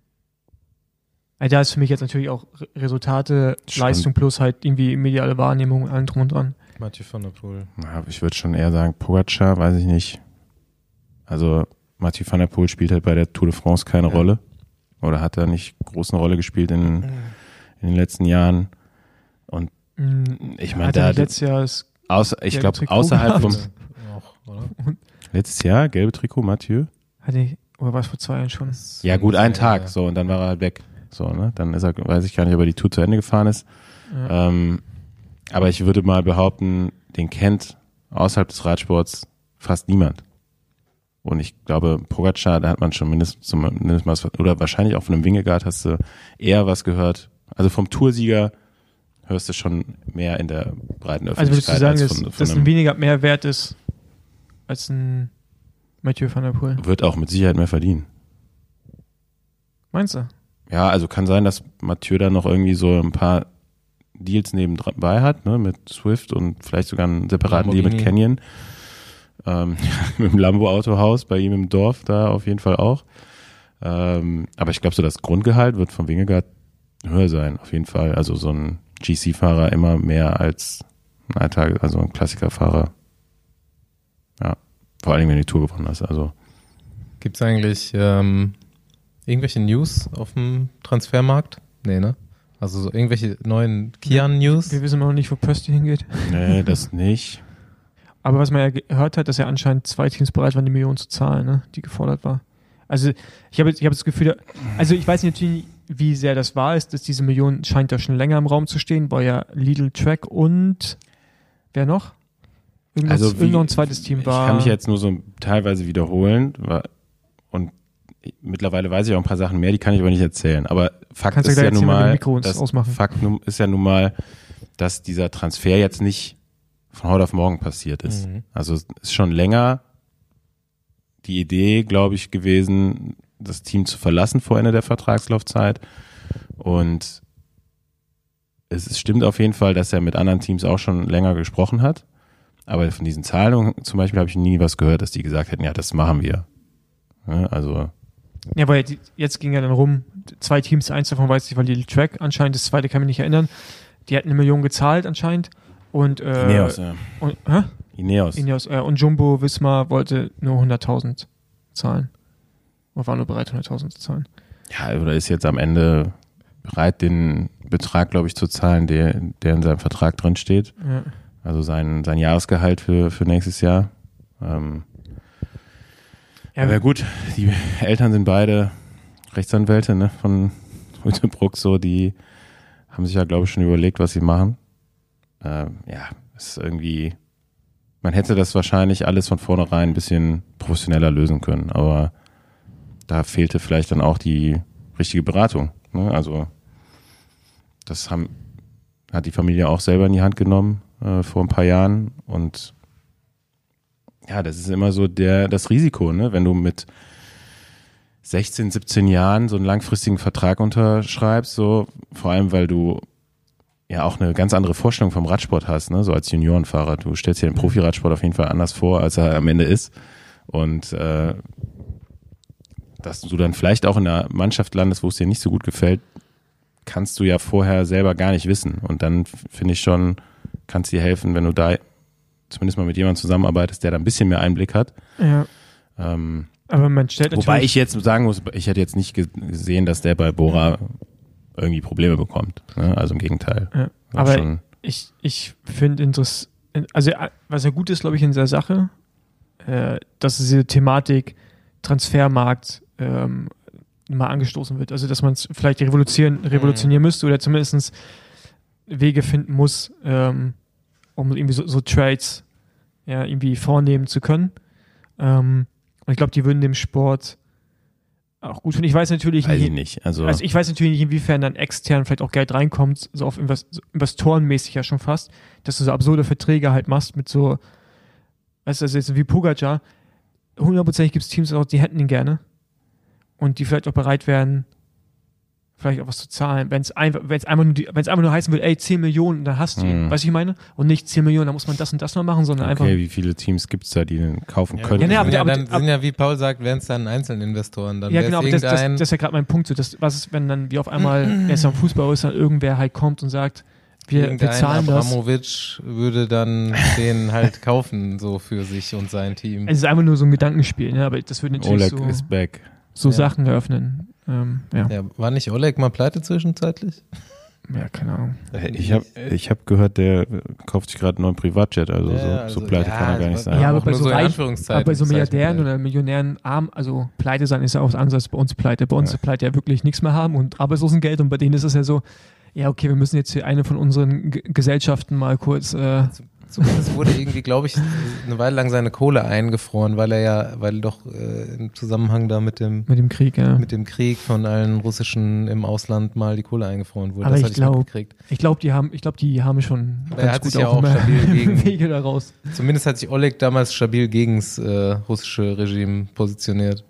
Also da ist für mich jetzt natürlich auch Re- Resultate, Schon. Leistung plus halt irgendwie mediale Wahrnehmung und allem drum und dran. Mathieu van der Poel. Ja, ich würde schon eher sagen, Pogacar, weiß ich nicht. Also Mathieu van der Poel spielt halt bei der Tour de France keine Ja. Rolle. Oder hat da nicht große Rolle gespielt in, in den letzten Jahren. Und Mhm. ich meine, Hat er da, nicht letztes Jahr das, außer, ich gelbe glaube, Trikot außerhalb vom, gehabt? Auch, oder? letztes Jahr, gelbe Trikot, Mathieu. hatte ich, oder war es vor zwei Jahren schon? Ja, gut, einen Ja, Tag, ja. so, und dann war er halt weg. So, ne, dann ist er, weiß ich gar nicht, ob er die Tour zu Ende gefahren ist. Ja. Ähm, aber ich würde mal behaupten, den kennt außerhalb des Radsports fast niemand. Und ich glaube, Pogacar, da hat man schon mindestens, zumindest mal, was- oder wahrscheinlich auch von einem Wingegaard hast du eher was gehört. Also vom Toursieger hörst du schon mehr in der breiten Also würdest Öffentlichkeit du sagen, als dass, von, dass von ein einem, weniger mehr wert ist als ein Mathieu van der Poel? wird auch mit Sicherheit mehr verdienen. Meinst du? Ja, also kann sein, dass Mathieu da noch irgendwie so ein paar Deals nebenbei hat, ne, mit Swift und vielleicht sogar einen separaten Deal mit Lamborghini. Canyon. Ähm, mit dem Lambo-Autohaus bei ihm im Dorf da auf jeden Fall auch. Ähm, aber ich glaube, so das Grundgehalt wird von Wingegaard höher sein, auf jeden Fall. Also so ein G C-Fahrer immer mehr als ein Alltag, also ein Klassikerfahrer. Ja, vor allem, wenn du die Tour gewonnen hast. Also Gibt es eigentlich ähm, irgendwelche News auf dem Transfermarkt? Nee, ne? Also so irgendwelche neuen Kian-News? Wir wissen noch nicht, wo Pösti hingeht. nee, das nicht. Aber was man ja gehört hat, dass ja anscheinend zwei Teams bereit waren, die Million zu zahlen, ne, die gefordert war. Also ich habe ich hab das Gefühl, also ich weiß natürlich nicht, wie sehr das wahr ist, dass diese Million scheint da schon länger im Raum zu stehen, weil ja Lidl Track und wer noch? Irgendwas, Also wie, irgend noch ein zweites Team war. Ich kann mich jetzt nur so teilweise wiederholen wa- und mittlerweile weiß ich auch ein paar Sachen mehr, die kann ich aber nicht erzählen. Aber Fakt Kannst du ist gleich ja nun erzählen, wenn wir mal, die Mikros dass ausmachen. Fakt nun- ist ja nun mal, dass dieser Transfer jetzt nicht von heute auf morgen passiert ist. Mhm. Also es ist schon länger die Idee, glaube ich, gewesen, das Team zu verlassen vor Ende der Vertragslaufzeit. Und es ist- stimmt auf jeden Fall, dass er mit anderen Teams auch schon länger gesprochen hat. Aber von diesen Zahlungen zum Beispiel habe ich nie was gehört, dass die gesagt hätten, ja, das machen wir. Ja, also Ja, weil die- jetzt ging ja dann rum, zwei Teams, eins davon weiß ich, weil Lidl Track anscheinend, das zweite kann ich mich nicht erinnern, die hatten eine Million gezahlt anscheinend und äh, Ineos, ja. und, hä? Ineos. Ineos, äh, und Jumbo Visma wollte nur hunderttausend zahlen. Und war nur bereit, hunderttausend zu zahlen. Ja, oder ist jetzt am Ende bereit, den Betrag, glaube ich, zu zahlen, der, der in seinem Vertrag drin steht. Ja. Also sein, sein Jahresgehalt für, für nächstes Jahr. Ähm, Ja, aber gut, die Eltern sind beide Rechtsanwälte, ne, von Rütebruck, so, die haben sich ja, glaube ich, schon überlegt, was sie machen. Ähm, ja, es ist irgendwie, man hätte das wahrscheinlich alles von vornherein ein bisschen professioneller lösen können, aber da fehlte vielleicht dann auch die richtige Beratung, ne? Also das haben, hat die Familie auch selber in die Hand genommen äh, vor ein paar Jahren und ja, das ist immer so der das Risiko, ne? Wenn du mit sechzehn, siebzehn Jahren so einen langfristigen Vertrag unterschreibst, so vor allem, weil du ja auch eine ganz andere Vorstellung vom Radsport hast, ne? So als Juniorenfahrer. Du stellst dir den Profi-Radsport auf jeden Fall anders vor, als er am Ende ist. Und äh, dass du dann vielleicht auch in einer Mannschaft landest, wo es dir nicht so gut gefällt, kannst du ja vorher selber gar nicht wissen. Und dann finde ich schon, kann es dir helfen, wenn du da zumindest mal mit jemandem zusammenarbeitest, der da ein bisschen mehr Einblick hat. Ja. Ähm, Aber man stellt natürlich... Wobei ich jetzt sagen muss, ich hätte jetzt nicht gesehen, dass der bei Bora irgendwie Probleme bekommt. Ne? Also im Gegenteil. Ja. War Aber schon, ich, ich finde interessant, also was ja gut ist, glaube ich, in dieser Sache, äh, dass diese Thematik Transfermarkt ähm, mal angestoßen wird. Also dass man es vielleicht revolutionieren, revolutionieren müsste oder zumindest Wege finden muss, ähm, um irgendwie so, so Trades ja, irgendwie vornehmen zu können. Ähm, und ich glaube, die würden dem Sport auch gut finden. Ich weiß natürlich weiß nicht, ich nicht. Also, also ich weiß natürlich nicht, inwiefern dann extern vielleicht auch Geld reinkommt, so auf Invest- so investorenmäßig ja schon fast, dass du so absurde Verträge halt machst mit so, weißt du, also jetzt wie Pogacar, hundertprozentig gibt es Teams auch, die hätten ihn gerne und die vielleicht auch bereit wären, vielleicht auch was zu zahlen, wenn es einfach, wenn es einfach nur, die, wenn es einfach nur heißen will, ey, zehn Millionen, dann hast du ihn, Hm. weißt du, ich meine? Und nicht zehn Millionen, da muss man das und das noch machen, sondern einfach, okay, wie viele Teams gibt es da, die den kaufen können? Ja, nee, aber sind ja, der- dann, aber- sind ja, wie Paul sagt, wären es dann Einzelinvestoren. Dann ja wär's genau, aber das, das, irgendein- das ist ja gerade mein Punkt, so, das, was ist, wenn dann wie auf einmal, jetzt am Fußball ist, dann irgendwer halt kommt und sagt, wir, wir Irgendein zahlen das. Abramovic würde dann den halt kaufen, so für sich und sein Team. Es ist einfach nur so ein Gedankenspiel, ne? Aber das würde natürlich Oleg so, ist back. so Ja. Sachen eröffnen. Ähm, ja. Ja, war nicht Oleg mal pleite zwischenzeitlich? ja, keine Ahnung. Ich habe ich hab gehört, der kauft sich gerade einen neuen Privatjet, also, Ja, so, also, so pleite ja, kann er gar nicht das sein. war- Ja, aber auch bei nur so so in Reich- Anführungszeichen Aber bei so bezeichnet Milliardären werden. oder Millionären arm, also pleite sein ist ja auch anders als bei uns pleite. Bei uns Ja. ist pleite ja wirklich nichts mehr haben und Arbeitslosengeld und bei denen ist es ja so, ja okay, wir müssen jetzt hier eine von unseren G- Gesellschaften mal kurz, äh, Zumindest wurde irgendwie, glaube ich, eine Weile lang seine Kohle eingefroren, weil er ja, weil doch äh, im Zusammenhang da mit dem mit dem Krieg, ja. mit dem Krieg von allen Russischen im Ausland mal die Kohle eingefroren wurde. Aber das ich hatte glaub, mitgekriegt. Ich glaube, die haben, ich glaube, die haben schon Er ganz hat gut sich ja auch auch immer stabil gegen- Wege da raus. Zumindest hat sich Oleg damals stabil gegen das äh, russische Regime positioniert.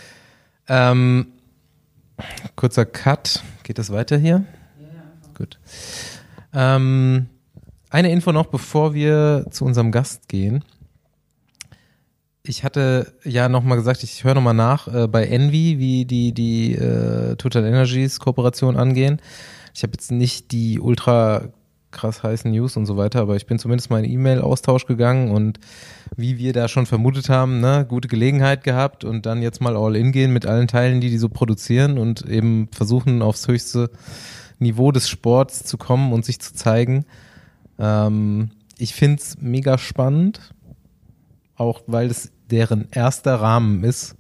Ähm, kurzer Cut. Geht das weiter hier? Ja, ja. Gut. Ähm, eine Info noch, bevor wir zu unserem Gast gehen. Ich hatte ja nochmal gesagt, ich höre nochmal nach äh, bei Envy, wie die die äh, Total Energies Kooperation angehen. Ich habe jetzt nicht die ultra krass heißen News und so weiter, aber ich bin zumindest mal in E-Mail-Austausch gegangen und wie wir da schon vermutet haben, ne, gute Gelegenheit gehabt und dann jetzt mal all in gehen mit allen Teilen, die die so produzieren und eben versuchen aufs höchste Niveau des Sports zu kommen und sich zu zeigen. Ähm, ich find's mega spannend, auch weil es deren erster Rahmen ist.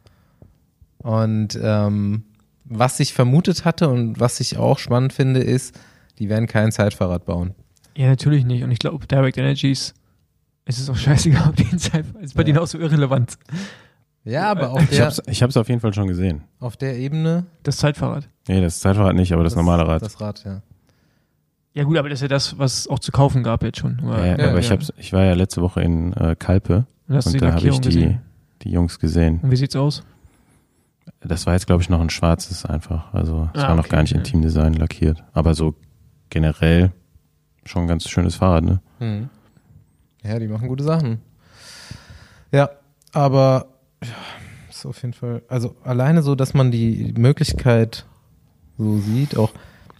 Und ähm, was ich vermutet hatte und was ich auch spannend finde, ist, die werden kein Zeitfahrrad bauen. Ja, natürlich nicht. Und ich glaube, Direct Energies, es ist auch scheißegal, ob die in Zeit, ist bei Ja. denen auch so irrelevant. Ja, aber auf Ich der, hab's, ich hab's auf jeden Fall schon gesehen. auf der Ebene. Das Zeitfahrrad. Nee, das Zeitfahrrad nicht, aber das, normale Rad. Das Rad, ja. Ja gut, aber das ist ja das, was es auch zu kaufen gab jetzt schon. ja, ja, aber ja. ich hab's, ich war ja letzte Woche in äh, Kalpe Und hast du und die da habe ich Lackierung die, gesehen? die Jungs gesehen. Und wie sieht's aus? Das war jetzt, glaube ich, noch ein schwarzes einfach. Also es Ah, war noch okay, gar nicht ja. in Teamdesign lackiert. Aber so generell schon ein ganz schönes Fahrrad, ne? Hm. Ja, die machen gute Sachen. Ja, aber ja, ist auf jeden Fall, also alleine so, dass man die Möglichkeit so sieht, auch,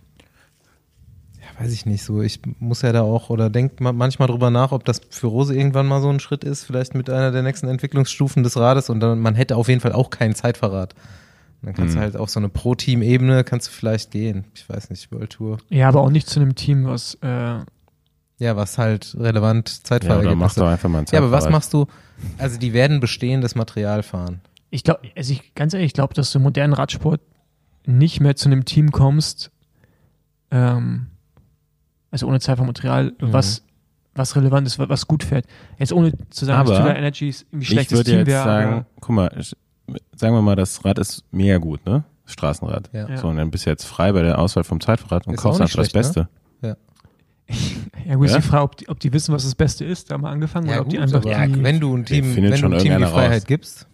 ja, weiß ich nicht so, ich muss ja da auch, oder denkt ma- manchmal drüber nach, ob das für Rose irgendwann mal so ein Schritt ist, vielleicht mit einer der nächsten Entwicklungsstufen des Rades und dann, man hätte auf jeden Fall auch kein Zeitfahrrad. Dann kannst Mhm. du halt auf so eine Pro-Team-Ebene kannst du vielleicht gehen. Ich weiß nicht, World Tour. Ja, aber auch nicht zu einem Team, was äh, Ja, was halt relevant Ja, Zeitfahrer oder mach doch einfach mal ein Ja, aber was Zeitfahrrad. machst du? Also die werden bestehendes Material fahren. ich glaube, also ich, ganz ehrlich, ich glaube, dass du im modernen Radsport nicht mehr zu einem Team kommst, ähm, also ohne Zeitfahrmaterial, Mhm. was, was relevant ist, was, was gut fährt. Jetzt ohne zu sagen, Aber dass Tutor Energies irgendwie Ich schlechtes würde Team jetzt wäre. sagen, aber- guck mal, ich, sagen wir mal, das Rad ist mega gut, ne? Das Straßenrad. Ja. Ja. So, und dann bist du jetzt frei bei der Auswahl vom Zeitfahrrad und Ist kaufst auch nicht einfach das schlecht, Beste. Ja, gut, ist Ja? die Frage, ob die, ob die wissen, was das Beste ist, da mal angefangen, Ja, oder ob die gut, einfach aber die, wenn du ein Team, findet wenn du schon ein Team die irgendeiner Freiheit raus. gibst,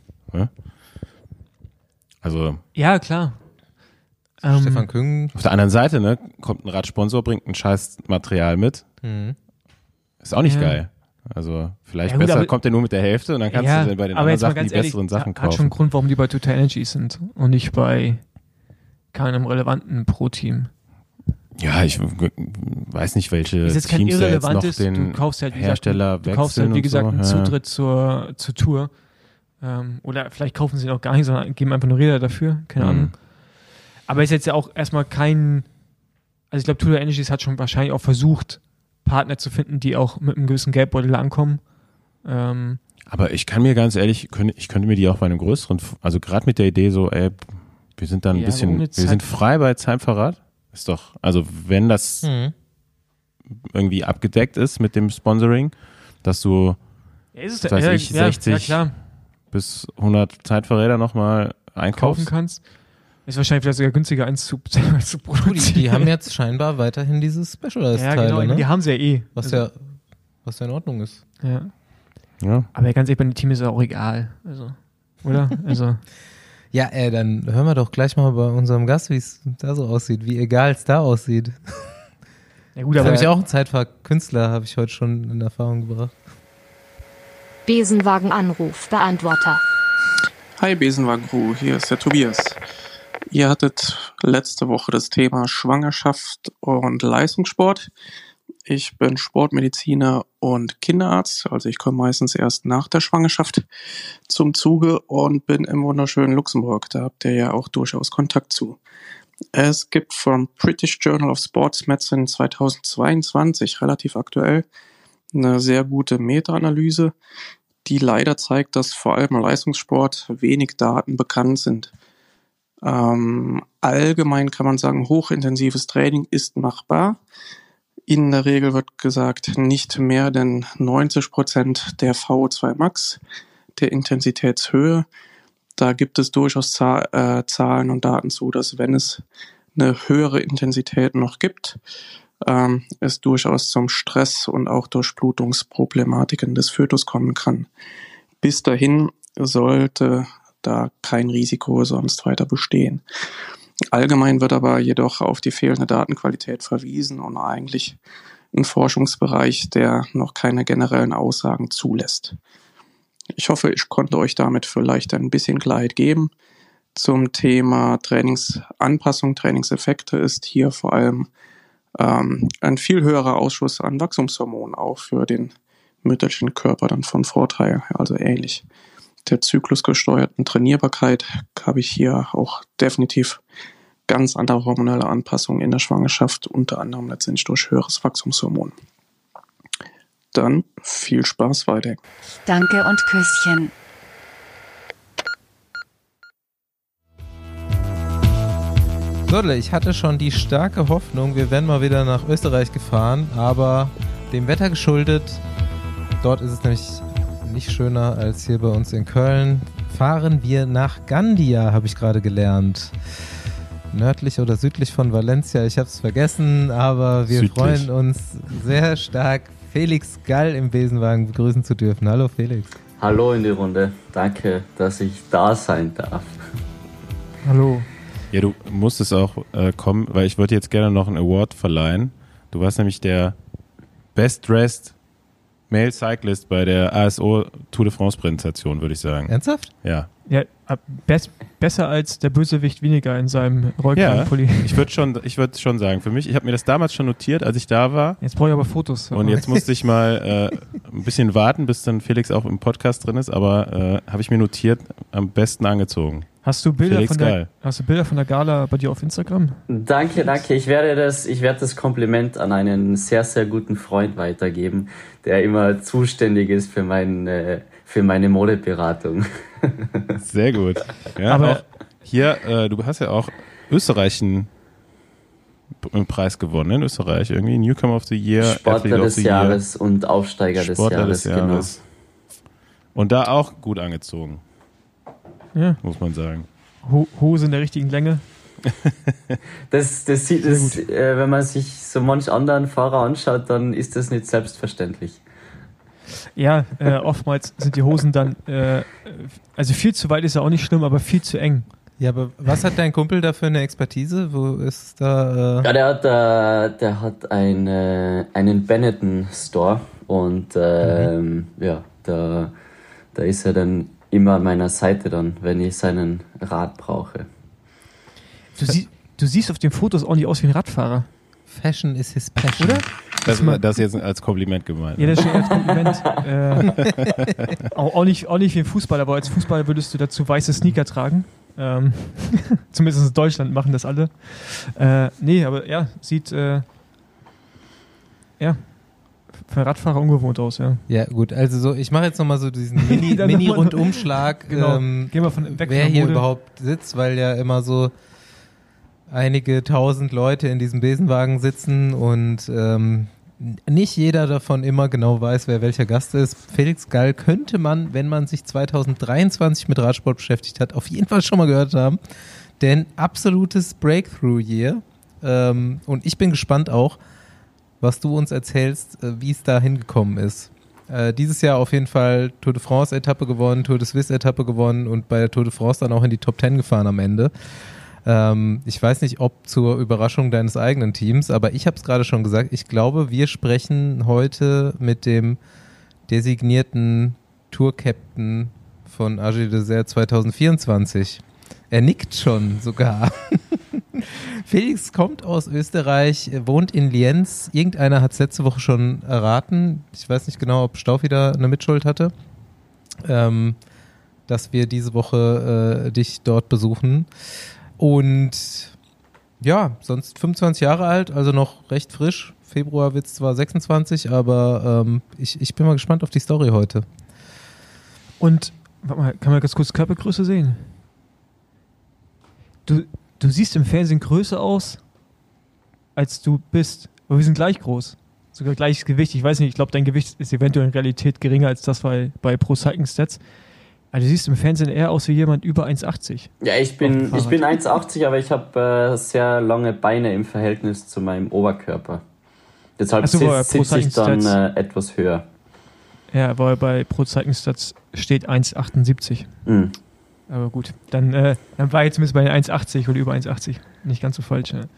Also Ja, klar. Ähm, Stefan Küng, auf der anderen Seite, ne, kommt ein Radsponsor, bringt ein scheiß Material mit. mhm. Ist auch nicht Ja. geil. Also vielleicht Ja, gut, besser aber- kommt er nur mit der Hälfte und dann kannst ja, du bei den aber anderen jetzt mal Sachen ganz die ehrlich, besseren Sachen hat schon einen kaufen. Grund, warum die bei Total Energies sind und nicht bei keinem relevanten Pro-Team. Ja, ich w- weiß nicht, welche Ist jetzt kein Teams da jetzt noch irrelevantes, den du kaufst halt, wie gesagt, Hersteller du kaufst halt, wie wechseln gesagt, und einen so. Ja. Zutritt zur, zur Tour. Ähm, oder vielleicht kaufen sie auch gar nicht, sondern geben einfach nur Räder dafür, keine Mhm. Ahnung. Aber ist jetzt ja auch erstmal kein, also ich glaube, Total Energies hat schon wahrscheinlich auch versucht, Partner zu finden, die auch mit einem gewissen Geldbeutel ankommen. Ähm, Aber ich kann mir ganz ehrlich, könnte- ich könnte mir die auch bei einem größeren, also gerade mit der Idee so, ey, wir sind dann ein Ja, aber bisschen, ohne wir Zeit- sind frei bei Zeitfahrrad. Ist doch, also wenn das Mhm. irgendwie abgedeckt ist mit dem Sponsoring, dass du ja, ist es Das heißt, ja, ich ja, sechzig ja, klar, bis hundert Zeitfahrräder nochmal kaufen einkaufst. kannst. Ist wahrscheinlich vielleicht sogar günstiger, eins zu, zu Gut, produzieren. die, die haben jetzt scheinbar weiterhin diese ja, Specialized-Teile, genau, ne? die haben sie ja eh. was, Also, ja, was ja in Ordnung ist. ja. Ja. Aber ganz ehrlich, bei dem Team ist es auch egal. Also, oder? Also, Ja, ey, dann hören wir doch gleich mal bei unserem Gast, wie es da so aussieht, wie egal es da aussieht. ja gut, Das aber habe ich auch einen Zeitfahrkünstler, habe ich heute schon in Erfahrung gebracht. Besenwagen-Anruf-Beantworter. Hi Besenwagen-Crew, hier ist der Tobias. Ihr hattet letzte Woche das Thema Schwangerschaft und Leistungssport. Ich bin Sportmediziner und Kinderarzt, also ich komme meistens erst nach der Schwangerschaft zum Zuge und bin im wunderschönen Luxemburg. Da habt ihr ja auch durchaus Kontakt zu. Es gibt vom British Journal of Sports Medicine zweitausendzweiundzwanzig, relativ aktuell, eine sehr gute Meta-Analyse, die leider zeigt, dass vor allem im Leistungssport wenig Daten bekannt sind. Ähm, allgemein kann man sagen, hochintensives Training ist machbar. In der Regel wird gesagt, nicht mehr denn neunzig Prozent der V O zwei Max, der Intensitätshöhe. Da gibt es durchaus Zahl, äh, Zahlen und Daten zu, dass wenn es eine höhere Intensität noch gibt, ähm, es durchaus zum Stress und auch Durchblutungsproblematiken des Fötus kommen kann. Bis dahin sollte da kein Risiko sonst weiter bestehen. Allgemein wird aber jedoch auf die fehlende Datenqualität verwiesen und eigentlich ein Forschungsbereich, der noch keine generellen Aussagen zulässt. Ich hoffe, ich konnte euch damit vielleicht ein bisschen Klarheit geben. Zum Thema Trainingsanpassung, Trainingseffekte ist hier vor allem ähm, ein viel höherer Ausschuss an Wachstumshormonen auch für den mütterlichen Körper dann von Vorteil, also ähnlich der zyklusgesteuerten Trainierbarkeit habe ich hier auch definitiv ganz andere hormonelle Anpassungen in der Schwangerschaft, unter anderem letztendlich durch höheres Wachstumshormon. Dann viel Spaß weiter. Danke und Küsschen. So, ich hatte schon die starke Hoffnung, wir wären mal wieder nach Österreich gefahren, aber dem Wetter geschuldet, dort ist es nämlich nicht schöner als hier bei uns in Köln, fahren wir nach Gandia, habe ich gerade gelernt. Nördlich oder südlich von Valencia, ich habe es vergessen, aber wir Südlich. freuen uns sehr stark, Felix Gall im Besenwagen begrüßen zu dürfen. Hallo Felix. Hallo in die Runde. Danke, dass ich da sein darf. hallo. Ja, du musstest auch äh, kommen, weil ich würde jetzt gerne noch einen Award verleihen. Du warst nämlich der Best Dressed Male Cyclist bei der A S O Tour de France Präsentation, würde ich sagen. Ernsthaft? Ja. Ja, ab- best, besser als der Bösewicht weniger in seinem Rollkragenpulli. Ich würde schon, ich würde schon sagen, für mich, ich habe mir das damals schon notiert, als ich da war. Jetzt brauche ich aber Fotos. Und jetzt musste ich mal äh, ein bisschen warten, bis dann Felix auch im Podcast drin ist, aber äh, habe ich mir notiert, am besten angezogen. Hast du Bilder Felix von der, geil. hast du Bilder von der Gala bei dir auf Instagram? Danke, danke. Ich werde das, ich werde das Kompliment an einen sehr, sehr guten Freund weitergeben, der immer zuständig ist für, mein, äh, für meine Modeberatung. Sehr gut. Ja, Aber- auch hier, äh, du hast ja auch Österreich einen einen Preis gewonnen in Österreich. Irgendwie Newcomer of the Year, Sportler Athlete of des the Jahres und Aufsteiger Year, Sportler des des Jahres, Jahres. Und da auch gut angezogen, Ja. muss man sagen. Ho- Hose in der richtigen Länge. genau. Das, das sieht, das, äh, wenn man sich so manch anderen Fahrer anschaut, dann ist das nicht selbstverständlich. Ja, äh, oftmals sind die Hosen dann, äh, also viel zu weit ist ja auch nicht schlimm, aber viel zu eng. Ja, aber was hat dein Kumpel da für eine Expertise? Wo ist da... Äh Ja, der hat, äh, der hat ein, äh, einen Benetton-Store und ähm, mhm. ja, da, da ist er dann immer an meiner Seite dann, wenn ich seinen Rat brauche. Du, sie, du siehst auf den Fotos auch nicht aus wie ein Radfahrer, Fashion is his passion. oder? Das, mal- das ist jetzt als Kompliment gemeint. Ja, das ist schon als Kompliment. äh, auch, auch, nicht, auch nicht wie ein Fußballer, aber als Fußballer würdest du dazu weiße Sneaker tragen. Ähm, zumindest in Deutschland machen das alle. Äh, nee, aber ja, sieht äh, ja für Radfahrer ungewohnt aus, ja. Ja, gut, also so, ich mache jetzt nochmal so diesen Mini- Dann nochmal- Mini-Rundumschlag, Genau. ähm, Gehen wir von weg wer von hier Mode. überhaupt sitzt, weil ja immer so einige tausend Leute in diesem Besenwagen sitzen und ähm, nicht jeder davon immer genau weiß, wer welcher Gast ist. Felix Gall könnte man, wenn man sich zwanzig dreiundzwanzig mit Radsport beschäftigt hat, auf jeden Fall schon mal gehört haben. Denn absolutes Breakthrough-Year. Ähm, und ich bin gespannt auch, was du uns erzählst, äh, wie es da hingekommen ist. Äh, dieses Jahr auf jeden Fall Tour de France-Etappe gewonnen, Tour de Suisse-Etappe gewonnen und bei der Tour de France dann auch in die Top Ten gefahren am Ende. Ähm, ich weiß nicht, ob zur Überraschung deines eigenen Teams, aber ich habe es gerade schon gesagt, ich glaube, wir sprechen heute mit dem designierten Tour-Captain von A G Desert zwanzig vierundzwanzig. Er nickt schon sogar. Felix kommt aus Österreich, wohnt in Lienz. Irgendeiner hat es letzte Woche schon erraten. Ich weiß nicht genau, ob Staufi da eine Mitschuld hatte, ähm, dass wir diese Woche äh, dich dort besuchen. Und ja, sonst fünfundzwanzig Jahre alt, also noch recht frisch. Februar wird es zwar sechsundzwanzig, aber ähm, ich, ich bin mal gespannt auf die Story heute. Und, warte mal, kann man ganz kurz Körpergröße sehen? Du, du siehst im Fernsehen größer aus, als du bist. Aber wir sind gleich groß. Sogar gleiches Gewicht. Ich weiß nicht, ich glaube, dein Gewicht ist eventuell in Realität geringer als das bei, bei Pro Cycling Stats. Aber du siehst im Fernsehen eher aus wie jemand über eins achtzig. Ja, ich Auf bin, dem ich Fahrrad. bin eins achtzig, aber ich habe äh, sehr lange Beine im Verhältnis zu meinem Oberkörper. Deshalb Ach so, weil sitze Pro sitz ich Cycling dann Stats- äh, etwas höher. Ja, weil bei Pro Cycling Stats steht eins achtundsiebzig. Mhm. Aber gut, dann, äh, dann war ich zumindest bei eins achtzig oder über eins achtzig. Nicht ganz so falsch. Ja,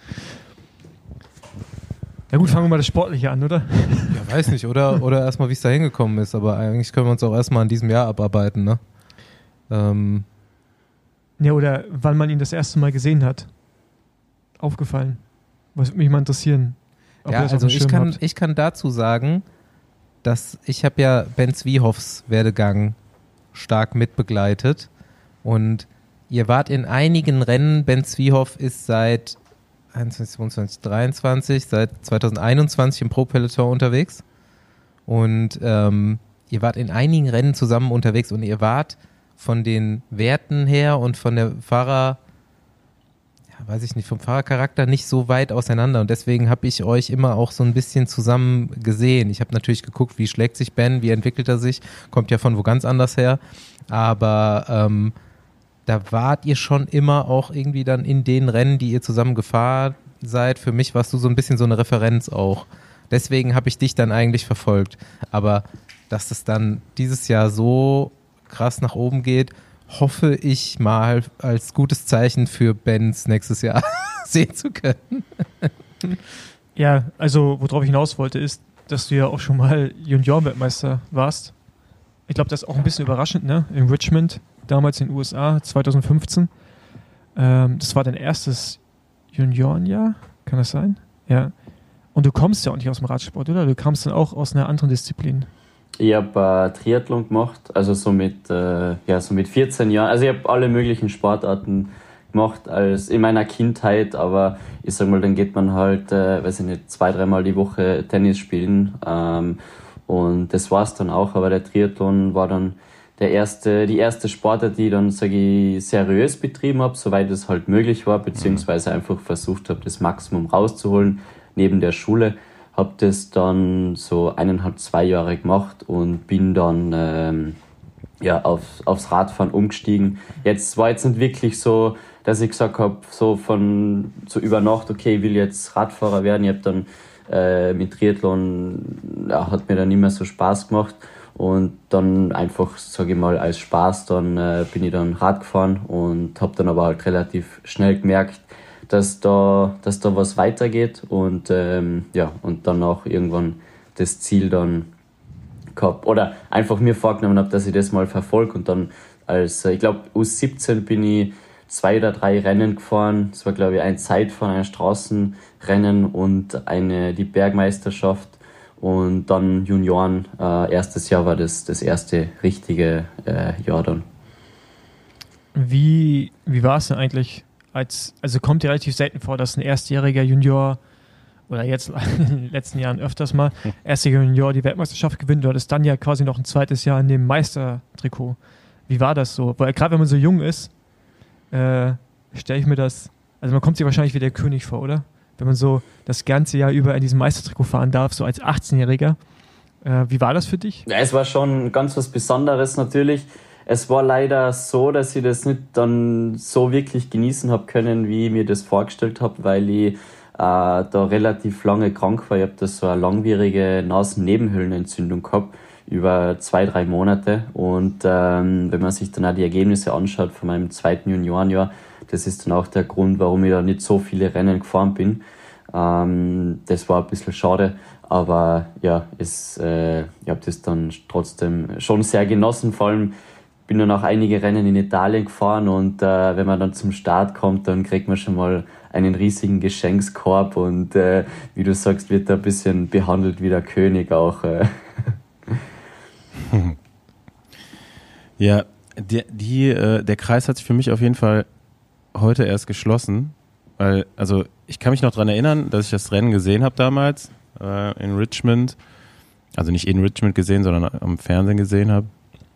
ja gut, fangen wir mal das Sportliche an, oder? Ja, weiß nicht, oder, oder erstmal, wie es da hingekommen ist, aber eigentlich können wir uns auch erstmal an diesem Jahr abarbeiten, ne? Ähm, Ja, oder wann man ihn das erste Mal gesehen hat. Aufgefallen. Was würde mich mal interessieren. ob ihr ja, das auf also dem ich Schirm kann, habt. ich kann dazu sagen, dass ich habe ja Ben Zwiehoffs Werdegang stark mitbegleitet und ihr wart in einigen Rennen, Ben Zwiehoff ist seit einundzwanzig, zweiundzwanzig, dreiundzwanzig, seit zwanzig einundzwanzig im Pro-Peloton unterwegs und ähm, ihr wart in einigen Rennen zusammen unterwegs und ihr wart von den Werten her und von der Fahrer, ja, weiß ich nicht, vom Fahrercharakter nicht so weit auseinander und deswegen habe ich euch immer auch so ein bisschen zusammen gesehen. Ich habe natürlich geguckt, wie schlägt sich Ben, wie entwickelt er sich, kommt ja von wo ganz anders her, aber ähm, da wart ihr schon immer auch irgendwie dann in den Rennen, die ihr zusammen gefahren seid. Für mich warst du so ein bisschen so eine Referenz auch. Deswegen habe ich dich dann eigentlich verfolgt. Aber dass es dann dieses Jahr so krass nach oben geht, hoffe ich mal als gutes Zeichen für Benz nächstes Jahr sehen zu können. Ja, also worauf ich hinaus wollte, ist, dass du ja auch schon mal Junioren-Weltmeister warst. Ich glaube, das ist auch ein bisschen überraschend, ne? In Richmond, damals in den U S A, zwanzig fünfzehn. Ähm, das war dein erstes Juniorenjahr, kann das sein? Ja. Und du kommst ja auch nicht aus dem Radsport, oder? Du kamst dann auch aus einer anderen Disziplin. Ich habe äh, Triathlon gemacht, also so mit, äh, ja, so mit vierzehn Jahren. Also ich habe alle möglichen Sportarten gemacht als in meiner Kindheit, aber ich sag mal, dann geht man halt, äh, weiß ich nicht, zwei, dreimal die Woche Tennis spielen. Ähm, und das war's dann auch, aber der Triathlon war dann der erste, die erste Sportart, die ich dann, sage ich, seriös betrieben habe, soweit es halt möglich war, beziehungsweise einfach versucht habe, das Maximum rauszuholen neben der Schule. Habe das dann so eineinhalb, zwei Jahre gemacht und bin dann ähm, ja, auf, aufs Radfahren umgestiegen. Jetzt war jetzt nicht wirklich so, dass ich gesagt habe, so von so über Nacht, okay, ich will jetzt Radfahrer werden. Ich habe dann äh, mit Triathlon, ja, hat mir dann nicht mehr so Spaß gemacht. Und dann einfach, sage ich mal, als Spaß, dann äh, bin ich dann Rad gefahren und habe dann aber halt relativ schnell gemerkt, dass da, dass da was weitergeht und ähm, ja, und dann auch irgendwann das Ziel dann gehabt oder einfach mir vorgenommen habe, dass ich das mal verfolge und dann als, ich glaube, U siebzehn bin ich zwei oder drei Rennen gefahren. Das war, glaube ich, ein Zeitfahren, ein Straßenrennen und eine, die Bergmeisterschaft. Und dann Junioren, äh, erstes Jahr war das das erste richtige äh, Jahr dann. Wie, wie war es denn eigentlich? Als, also kommt ja relativ selten vor, dass ein erstjähriger Junior oder jetzt in den letzten Jahren öfters mal erstjähriger Junior die Weltmeisterschaft gewinnt. Du hattest dann ja quasi noch ein zweites Jahr in dem Meistertrikot. Wie war das so? Weil gerade wenn man so jung ist, äh, stelle ich mir das, also man kommt sich wahrscheinlich wie der König vor, oder? Wenn man so das ganze Jahr über in diesem Meistertrikot fahren darf, so als achtzehnjähriger. Äh, wie war das für dich? Ja, es war schon ganz was Besonderes natürlich. Es war leider so, dass ich das nicht dann so wirklich genießen habe können, wie ich mir das vorgestellt habe, weil ich äh, da relativ lange krank war. Ich habe da so eine langwierige Nasennebenhöhlenentzündung gehabt, über zwei, drei Monate. Und ähm, wenn man sich dann auch die Ergebnisse anschaut von meinem zweiten Juniorenjahr, das ist dann auch der Grund, warum ich da nicht so viele Rennen gefahren bin. Ähm, das war ein bisschen schade, aber ja, es, äh, ich habe das dann trotzdem schon sehr genossen. Vor allem bin dann auch einige Rennen in Italien gefahren und äh, wenn man dann zum Start kommt, dann kriegt man schon mal einen riesigen Geschenkskorb und äh, wie du sagst, wird da ein bisschen behandelt wie der König auch. Äh. Ja, die, die, äh, der Kreis hat sich für mich auf jeden Fall heute erst geschlossen, weil, also ich kann mich noch daran erinnern, dass ich das Rennen gesehen habe damals äh, in Richmond, also nicht in Richmond gesehen, sondern am Fernsehen gesehen habe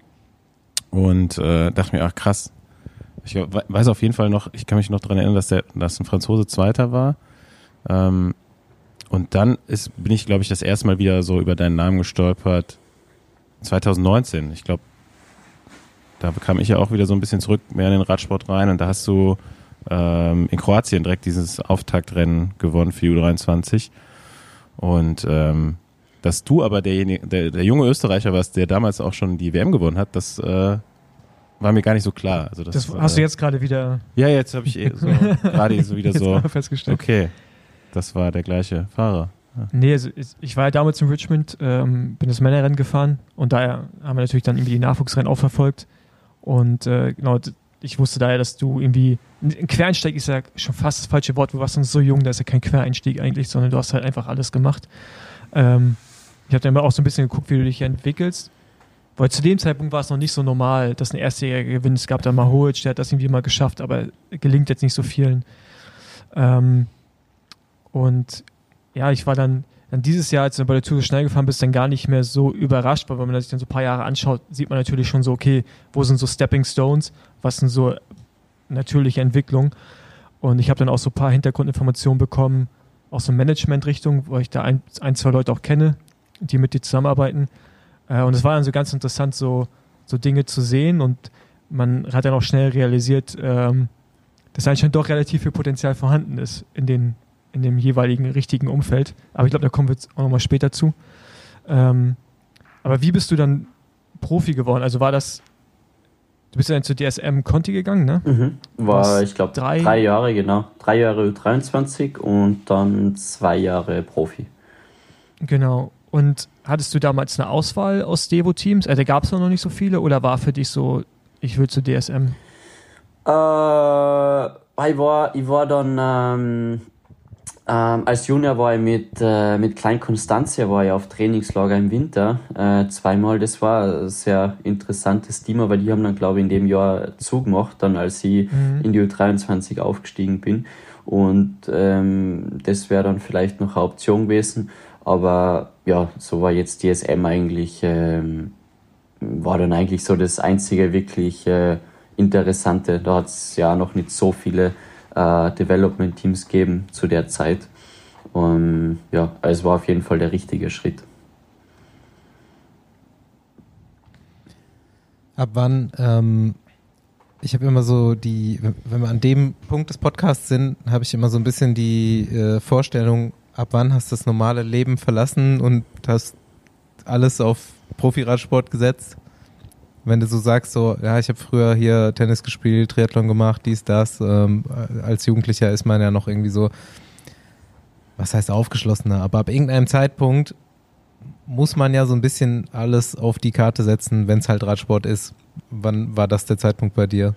und äh, dachte mir, ach krass, ich weiß auf jeden Fall noch, ich kann mich noch daran erinnern, dass, der, dass ein Franzose Zweiter war ähm, und dann ist, bin ich, glaube ich, das erste Mal wieder so über deinen Namen gestolpert, zwanzig neunzehn, ich glaube, da kam ich ja auch wieder so ein bisschen zurück mehr in den Radsport rein und da hast du ähm, in Kroatien direkt dieses Auftaktrennen gewonnen für U dreiundzwanzig und ähm, dass du aber derjenige, der, der junge Österreicher warst, der damals auch schon die W M gewonnen hat, das äh, war mir gar nicht so klar. Also das, das hast äh, du jetzt gerade wieder... Ja, jetzt habe ich eh so, gerade so wieder jetzt so festgestellt. Okay, das war der gleiche Fahrer. Ja. Nee, also ich war ja damals in Richmond, ähm, bin das Männerrennen gefahren und daher haben wir natürlich dann irgendwie die Nachwuchsrennen auch verfolgt. Und äh, genau, ich wusste daher, dass du irgendwie, ein Quereinstieg ist ja schon fast das falsche Wort, du warst dann so jung, da ist ja kein Quereinstieg eigentlich, sondern du hast halt einfach alles gemacht. Ähm, ich habe dann immer auch so ein bisschen geguckt, wie du dich entwickelst, weil zu dem Zeitpunkt war es noch nicht so normal, dass ein Erstjähriger gewinnt. Es gab da Mahoic, der hat das irgendwie mal geschafft, aber gelingt jetzt nicht so vielen. Ähm, und ja, ich war dann, dann dieses Jahr, als du bei der Tour so schnell gefahren bist, dann gar nicht mehr so überrascht, weil wenn man sich dann so ein paar Jahre anschaut, sieht man natürlich schon so, okay, wo sind so Stepping Stones, was sind so natürliche Entwicklungen. Und ich habe dann auch so ein paar Hintergrundinformationen bekommen, aus so Management-Richtung, wo ich da ein, ein, zwei Leute auch kenne, die mit dir zusammenarbeiten. Äh, und es war dann so ganz interessant, so, so Dinge zu sehen und man hat dann auch schnell realisiert, ähm, dass anscheinend doch relativ viel Potenzial vorhanden ist in den in dem jeweiligen richtigen Umfeld. Aber ich glaube, da kommen wir jetzt auch nochmal später zu. Ähm, aber wie bist du dann Profi geworden? Also war das, du bist ja dann zu D S M Conti gegangen, ne? Mhm. War, Was, ich glaube, drei? drei Jahre, genau. Drei Jahre U dreiundzwanzig und dann zwei Jahre Profi. Genau. Und hattest du damals eine Auswahl aus Devo-Teams? Also gab es noch nicht so viele oder war für dich so, ich will zu D S M? Äh, ich war, ich war dann... Ähm, Ähm, als Junior war ich mit, äh, mit Klein Constantia war ich auf Trainingslager im Winter, äh, zweimal. Das war ein sehr interessantes Team, aber die haben dann, glaube ich, in dem Jahr zugemacht, dann als ich mhm. in die U dreiundzwanzig aufgestiegen bin. Und ähm, das wäre dann vielleicht noch eine Option gewesen. Aber ja, so war jetzt D S M eigentlich, ähm, war dann eigentlich so das einzige wirklich äh, Interessante. Da hat es ja noch nicht so viele äh, Development-Teams gegeben zu der Zeit. Und ja, es war auf jeden Fall der richtige Schritt. Ab wann, ähm, ich habe immer so die, wenn wir an dem Punkt des Podcasts sind, habe ich immer so ein bisschen die äh, Vorstellung, ab wann hast du das normale Leben verlassen und hast alles auf Profiradsport gesetzt? Wenn du so sagst, so, ja, ich habe früher hier Tennis gespielt, Triathlon gemacht, dies, das, ähm, als Jugendlicher ist man ja noch irgendwie so, was heißt aufgeschlossener, aber ab irgendeinem Zeitpunkt muss man ja so ein bisschen alles auf die Karte setzen, wenn es halt Radsport ist. Wann war das der Zeitpunkt bei dir?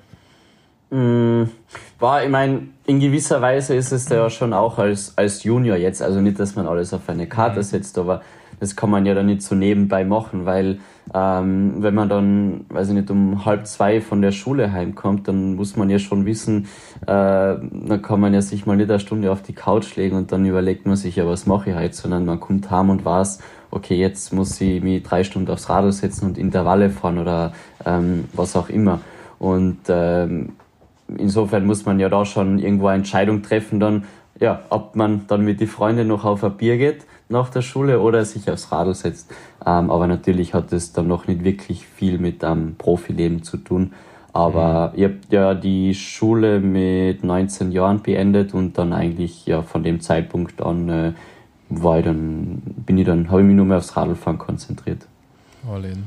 Mm, war, ich meine, in gewisser Weise ist es ja schon auch als, als Junior jetzt, also nicht, dass man alles auf eine Karte setzt, aber das kann man ja dann nicht so nebenbei machen, weil ähm, wenn man dann, weiß ich nicht, um halb zwei von der Schule heimkommt, dann muss man ja schon wissen, äh, dann kann man ja sich mal nicht eine Stunde auf die Couch legen und dann überlegt man sich, ja, was mache ich heute, sondern man kommt heim und weiß, okay, jetzt muss ich mich drei Stunden aufs Radl setzen und Intervalle fahren oder ähm, was auch immer. Und ähm, insofern muss man ja da schon irgendwo eine Entscheidung treffen, dann, ja, ob man dann mit den Freunden noch auf ein Bier geht nach der Schule oder sich aufs Radl setzt. Ähm, aber natürlich hat es dann noch nicht wirklich viel mit einem Profileben zu tun. Aber mhm. ich habe ja die Schule mit neunzehn Jahren beendet und dann eigentlich ja von dem Zeitpunkt an äh, war ich dann, bin ich dann, habe ich mich nur mehr aufs Radlfahren konzentriert. All in.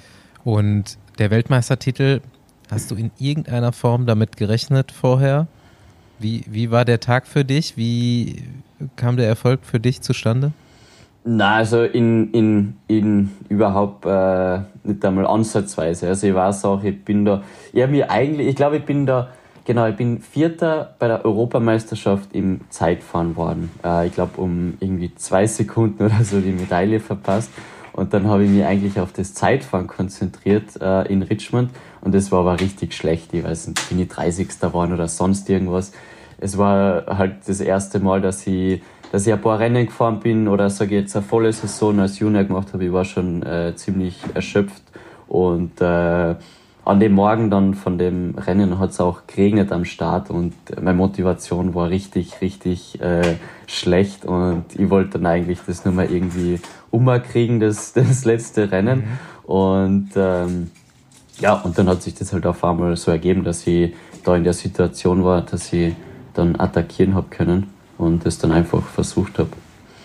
Und der Weltmeistertitel, hast du in irgendeiner Form damit gerechnet vorher? Wie, wie war der Tag für dich? Wie kam der Erfolg für dich zustande? Na, also in, in, in überhaupt äh, nicht einmal ansatzweise. Also ich weiß auch, ich bin da, ich habe mir eigentlich, ich glaube, ich bin da, genau, ich bin Vierter bei der Europameisterschaft im Zeitfahren worden. Äh, ich glaube, um irgendwie zwei Sekunden oder so die Medaille verpasst. Und dann habe ich mich eigentlich auf das Zeitfahren konzentriert äh, in Richmond. Und das war aber richtig schlecht. Ich weiß nicht, bin ich dreißigster geworden oder sonst irgendwas. Es war halt das erste Mal, dass ich, dass ich ein paar Rennen gefahren bin oder sage ich jetzt eine volle Saison als Junior gemacht habe. Ich war schon äh, ziemlich erschöpft. Und äh, an dem Morgen dann von dem Rennen hat es auch geregnet am Start und meine Motivation war richtig, richtig äh, schlecht und ich wollte dann eigentlich das nur mal irgendwie umkriegen, das, das letzte Rennen. Mhm. Und ähm, ja, und dann hat sich das halt auf einmal so ergeben, dass ich da in der Situation war, dass ich dann attackieren habe können und das dann einfach versucht habe.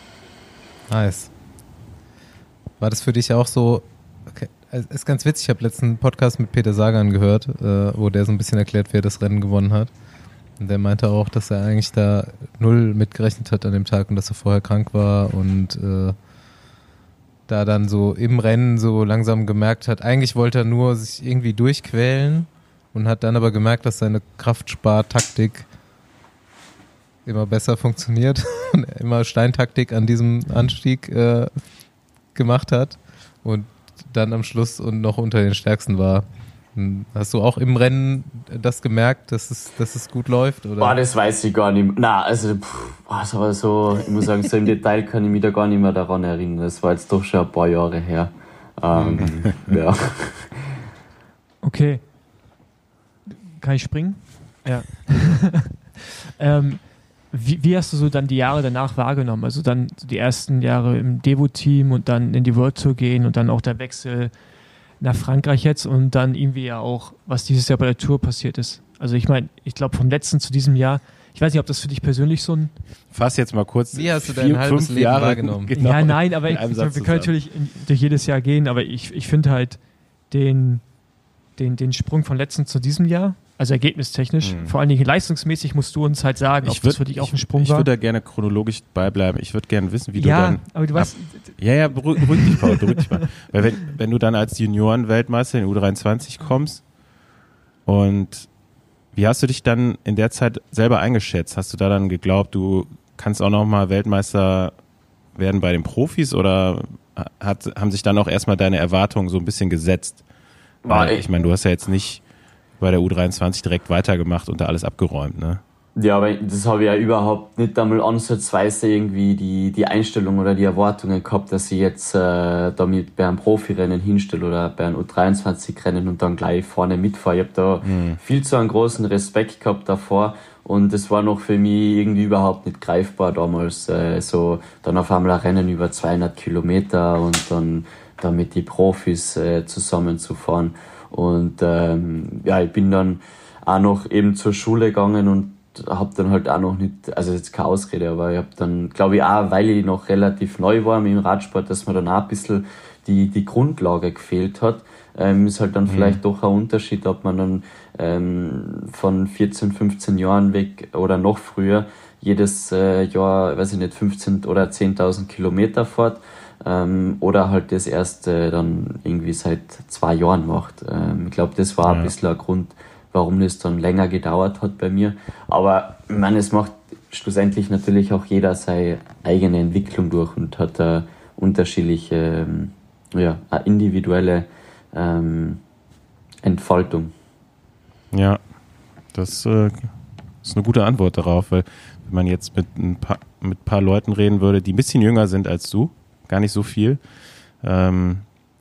Nice. War das für dich auch so, okay, es ist ganz witzig, ich habe letzten einen Podcast mit Peter Sagan gehört, äh, wo der so ein bisschen erklärt, wer das Rennen gewonnen hat. Und der meinte auch, dass er eigentlich da null mitgerechnet hat an dem Tag und dass er vorher krank war und äh, da dann so im Rennen so langsam gemerkt hat, eigentlich wollte er nur sich irgendwie durchquälen und hat dann aber gemerkt, dass seine Kraftspartaktik immer besser funktioniert und er immer Steintaktik an diesem Anstieg äh, gemacht hat und dann am Schluss und noch unter den Stärksten war. Hast du auch im Rennen das gemerkt, dass es, dass es gut läuft? Oder? Boah, das weiß ich gar nicht. Nein, also, pff, aber so, ich muss sagen, so im Detail kann ich mich da gar nicht mehr daran erinnern. Das war jetzt doch schon ein paar Jahre her. Ähm, ja. Okay. Kann ich springen? Ja. ähm, Wie, wie hast du so dann die Jahre danach wahrgenommen? Also dann die ersten Jahre im Devo-Team und dann in die World Tour gehen und dann auch der Wechsel nach Frankreich jetzt und dann irgendwie ja auch, was dieses Jahr bei der Tour passiert ist. Also ich meine, ich glaube vom letzten zu diesem Jahr, ich weiß nicht, ob das für dich persönlich so ein... Fass jetzt mal kurz. Wie hast du dein halbes Leben Jahre wahrgenommen? Genau, ja, nein, aber ich, wir können zusammen. natürlich durch jedes Jahr gehen, aber ich, ich finde halt den, den, den Sprung von letzten zu diesem Jahr, also ergebnistechnisch, mhm. vor allen Dingen leistungsmäßig musst du uns halt sagen, ob würd, das für dich auch ein Sprung ich, war. Ich würde da gerne chronologisch beibleiben. Ich würde gerne wissen, wie ja, du dann... aber du weißt... Ja, ja, beruhig, beruhig dich mal, beruhig dich mal. Weil wenn, wenn du dann als Junioren-Weltmeister in U dreiundzwanzig kommst und wie hast du dich dann in der Zeit selber eingeschätzt? Hast du da dann geglaubt, du kannst auch nochmal Weltmeister werden bei den Profis oder hat, haben sich dann auch erstmal deine Erwartungen so ein bisschen gesetzt? Weil, ich meine, du hast ja jetzt nicht bei der U dreiundzwanzig direkt weitergemacht und da alles abgeräumt, ne? Ja, aber das habe ich ja überhaupt nicht einmal ansatzweise irgendwie die, die Einstellung oder die Erwartungen gehabt, dass ich jetzt äh, damit bei einem Profirennen hinstelle oder bei einem U dreiundzwanzig-Rennen und dann gleich vorne mitfahre. Ich habe da mhm. viel zu einen großen Respekt gehabt davor und das war noch für mich irgendwie überhaupt nicht greifbar damals. Äh, so dann auf einmal ein Rennen über zweihundert Kilometer und dann, dann mit die Profis äh, zusammenzufahren. Und ähm, ja, ich bin dann auch noch eben zur Schule gegangen und habe dann halt auch noch nicht, also jetzt keine Ausrede, aber ich habe dann, glaube ich auch, weil ich noch relativ neu war mit dem Radsport, dass mir dann auch ein bisschen die, die Grundlage gefehlt hat. Ähm, ist halt dann mhm. vielleicht doch ein Unterschied, ob man dann ähm, von vierzehn, fünfzehn Jahren weg oder noch früher jedes äh, Jahr, weiß ich nicht, fünfzehn oder zehntausend Kilometer fährt ähm, oder halt das erste dann irgendwie seit zwei Jahren macht. Ähm, ich glaube, das war ja. ein bisschen ein Grund, warum das dann länger gedauert hat bei mir. Aber ich meine, es macht schlussendlich natürlich auch jeder seine eigene Entwicklung durch und hat eine unterschiedliche, ja, eine individuelle ähm, Entfaltung. Ja, das äh, ist eine gute Antwort darauf, weil wenn man jetzt mit ein paar, mit ein paar Leuten reden würde, die ein bisschen jünger sind als du, gar nicht so viel, ähm,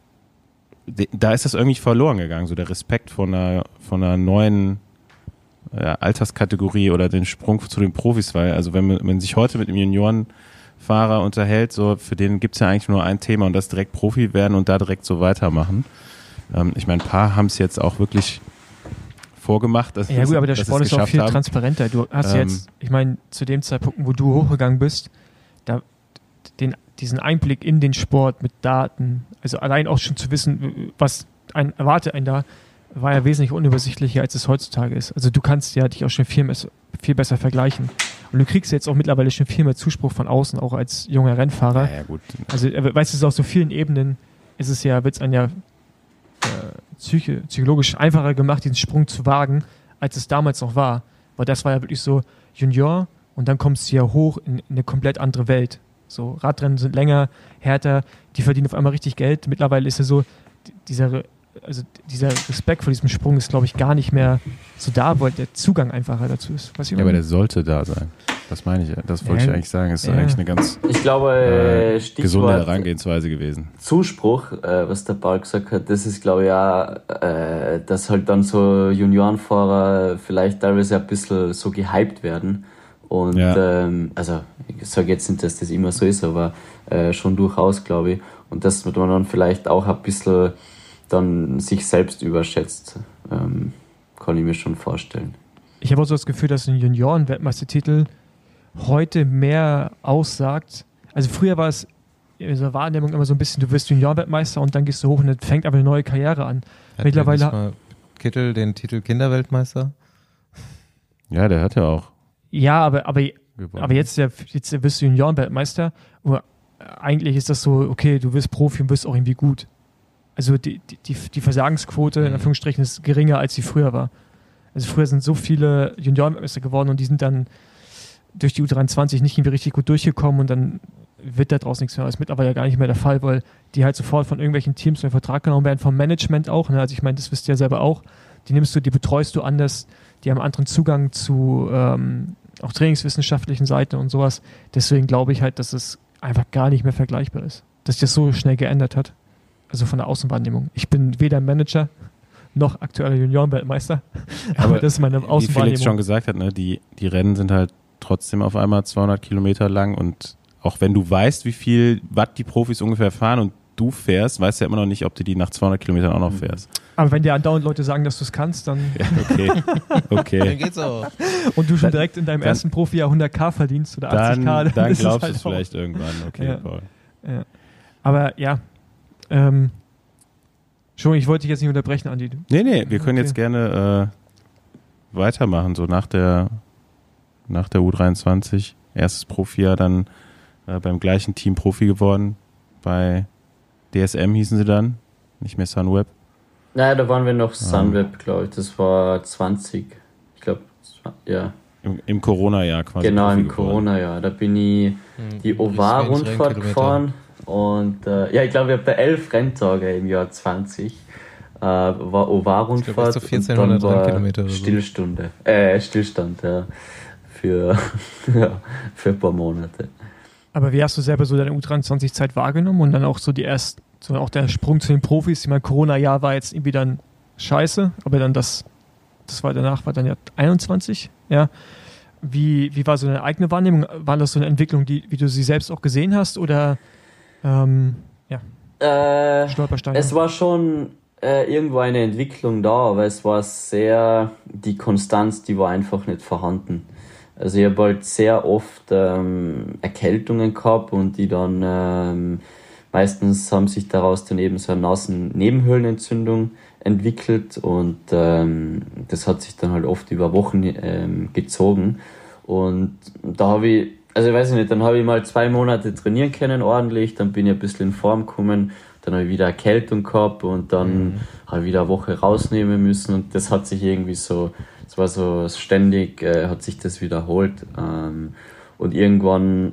da ist das irgendwie verloren gegangen, so der Respekt von einer, von einer neuen ja, Alterskategorie oder den Sprung zu den Profis, weil also wenn man, wenn man sich heute mit einem Juniorenfahrer unterhält, so für den gibt's ja eigentlich nur ein Thema und das direkt Profi werden und da direkt so weitermachen. Ähm, ich meine, ein paar haben es jetzt auch wirklich vorgemacht, dass ja gut, aber der dass Sport ist auch viel haben. transparenter. Du hast ähm, jetzt, ich meine, zu dem Zeitpunkt, wo du hochgegangen bist, da den diesen Einblick in den Sport mit Daten, also allein auch schon zu wissen, was ein, erwartet einen da, war ja wesentlich unübersichtlicher, als es heutzutage ist. Also du kannst ja dich auch schon viel, viel besser vergleichen. Und du kriegst jetzt auch mittlerweile schon viel mehr Zuspruch von außen, auch als junger Rennfahrer. Ja, ja, gut. Also weißt du, es ist auf so vielen Ebenen, ist es ja, wird es einem ja äh, psyche, psychologisch einfacher gemacht, diesen Sprung zu wagen, als es damals noch war. Weil das war ja wirklich so Junior und dann kommst du ja hoch in, in eine komplett andere Welt. So, Radrennen sind länger, härter, die verdienen auf einmal richtig Geld. Mittlerweile ist ja so, dieser, also dieser Respekt vor diesem Sprung ist, glaube ich, gar nicht mehr so da, weil der Zugang einfacher dazu ist. Was ich ja, aber der sollte da sein. Das meine ich, das wollte ja, ich eigentlich sagen. Das ist ja. eigentlich eine ganz ich glaube, äh, gesunde Herangehensweise gewesen. Zuspruch, äh, was der Paul gesagt hat, das ist, glaube ich, auch, äh, dass halt dann so Juniorenfahrer vielleicht teilweise ein bisschen so gehypt werden. Und ja. ähm, also ich sage jetzt nicht, dass das immer so ist, aber äh, schon durchaus, glaube ich. Und dass man dann vielleicht auch ein bisschen dann sich selbst überschätzt, ähm, kann ich mir schon vorstellen. Ich habe auch so das Gefühl, dass ein Junioren-Weltmeistertitel heute mehr aussagt. Also früher war es in dieser Wahrnehmung immer so ein bisschen, du wirst Junioren-Weltmeister und dann gehst du hoch und dann fängt aber eine neue Karriere an. Hat Mittlerweile mal Kittel den Titel Kinderweltmeister? Ja, der hat ja auch. Ja, aber, aber, aber jetzt, ja, jetzt wirst du Junioren-Weltmeister. Eigentlich ist das so, okay, du wirst Profi und wirst auch irgendwie gut. Also die, die, die Versagensquote in Anführungsstrichen ist geringer, als sie früher war. Also früher sind so viele Junioren-Weltmeister geworden und die sind dann durch die U dreiundzwanzig nicht irgendwie richtig gut durchgekommen und dann wird da draußen nichts mehr. Das ist mittlerweile gar nicht mehr der Fall, weil die halt sofort von irgendwelchen Teams in Vertrag genommen werden, vom Management auch. Ne? Also ich meine, das wisst ihr ja selber auch. Die nimmst du, die betreust du anders, die haben einen anderen Zugang zu ähm, auch trainingswissenschaftlichen Seiten und sowas. Deswegen glaube ich halt, dass es einfach gar nicht mehr vergleichbar ist. Dass sich das so schnell geändert hat. Also von der Außenwahrnehmung. Ich bin weder Manager noch aktueller Juniorenweltmeister. Aber, aber das ist meine Außenwahrnehmung. Wie Felix schon gesagt hat, ne, die, die Rennen sind halt trotzdem auf einmal zweihundert Kilometer lang und auch wenn du weißt, wie viel Watt die Profis ungefähr fahren und du fährst, weißt du ja immer noch nicht, ob du die nach zweihundert Kilometern auch noch fährst. Aber wenn dir andauernd Leute sagen, dass du es kannst, dann... Ja, okay. okay. Dann geht's auch. Und du schon direkt in deinem dann, ersten Profijahr hundert K verdienst oder achtzig K. Dann, dann glaubst du halt es vielleicht irgendwann. Okay, ja. Paul. Ja. Aber ja, ähm, schon, ich wollte dich jetzt nicht unterbrechen, Andi. Nee, nee, wir können okay. jetzt gerne äh, weitermachen, so nach der, nach der U dreiundzwanzig. Erstes Profijahr, dann äh, beim gleichen Team Profi geworden. Bei D S M hießen sie dann, nicht mehr Sunweb. Naja, da waren wir noch Sunweb, glaube ich. Das war zwanzig. Ich glaube, ja. Im, im Corona-Jahr quasi. Genau, im geworden. Corona-Jahr. Da bin ich die Ovar-Rundfahrt gefahren und äh, ja, ich glaube, ich habe da elf Renntage im Jahr zwanzig. Äh, war Ovar-Rundfahrt so und dann war Kilometer oder so. Stillstunde. Äh, Stillstand, ja. Für, ja, für ein paar Monate. Aber wie hast du selber so deine U dreiundzwanzig-Zeit wahrgenommen und dann auch so die erst, so auch der Sprung zu den Profis? Ich meine, Corona-Jahr war jetzt irgendwie dann scheiße, aber dann das, das war danach, war dann ja einundzwanzig, ja. Wie, wie war so deine eigene Wahrnehmung? War das so eine Entwicklung, die, wie du sie selbst auch gesehen hast oder ähm, ja, Äh, Stolpersteine? es war schon äh, irgendwo eine Entwicklung da, aber es war sehr, die Konstanz, die war einfach nicht vorhanden. Also ich habe halt sehr oft ähm, Erkältungen gehabt und die dann ähm, meistens haben sich daraus dann eben so eine Nasen-Nebenhöhlenentzündung entwickelt und ähm, das hat sich dann halt oft über Wochen ähm, gezogen und da habe ich, also ich weiß nicht, dann habe ich mal zwei Monate trainieren können ordentlich, dann bin ich ein bisschen in Form gekommen, dann habe ich wieder Erkältung gehabt und dann mhm. habe ich wieder eine Woche rausnehmen müssen und das hat sich irgendwie so, es war so ständig, äh, hat sich das wiederholt ähm, und irgendwann,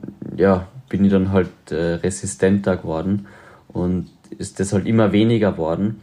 ja, bin ich dann halt äh, resistenter geworden und ist das halt immer weniger geworden.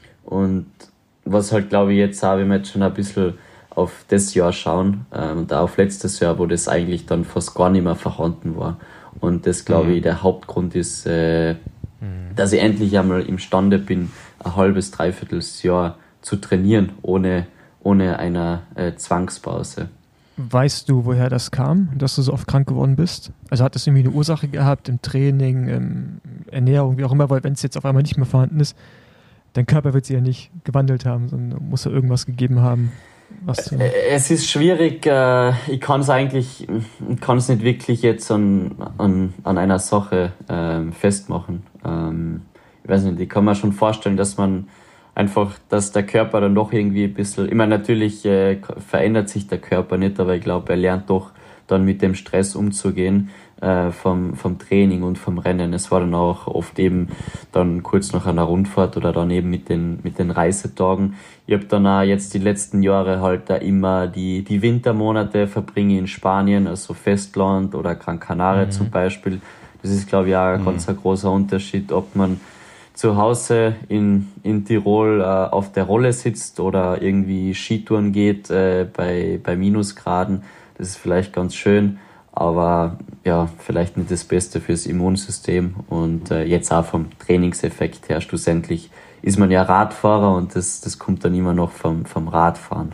Und was halt, glaube ich, jetzt auch, wenn wir jetzt schon ein bisschen auf das Jahr schauen ähm, und auch auf letztes Jahr, wo das eigentlich dann fast gar nicht mehr vorhanden war. Und das, glaube ich, der Hauptgrund ist, äh, mhm. dass ich endlich einmal imstande bin, ein halbes, dreiviertel Jahr zu trainieren, ohne, ohne eine äh, Zwangspause. Weißt du, woher das kam, dass du so oft krank geworden bist? Also hat das irgendwie eine Ursache gehabt im Training, in Ernährung, wie auch immer, weil wenn es jetzt auf einmal nicht mehr vorhanden ist, dein Körper wird sich ja nicht gewandelt haben, sondern muss ja irgendwas gegeben haben. Was zu es ist schwierig, äh, ich kann es eigentlich, ich kann es nicht wirklich jetzt an, an, an einer Sache ähm, festmachen. Ähm, ich weiß nicht, ich kann mir schon vorstellen, dass man einfach, dass der Körper dann doch irgendwie ein bisschen, ich meine, natürlich äh, verändert sich der Körper nicht, aber ich glaube, er lernt doch dann mit dem Stress umzugehen äh, vom, vom Training und vom Rennen. Es war dann auch oft eben dann kurz nach einer Rundfahrt oder dann eben mit den, mit den Reisetagen. Ich habe dann auch jetzt die letzten Jahre halt da immer die, die Wintermonate verbringe in Spanien, also Festland oder Gran Canaria mhm. zum Beispiel. Das ist, glaube ich, auch ein mhm. ganz ein großer Unterschied, ob man zu Hause in, in Tirol äh, auf der Rolle sitzt oder irgendwie Skitouren geht äh, bei, bei Minusgraden. Das ist vielleicht ganz schön, aber ja, vielleicht nicht das Beste fürs Immunsystem. Und äh, jetzt auch vom Trainingseffekt her, schlussendlich ist man ja Radfahrer und das, das kommt dann immer noch vom, vom Radfahren.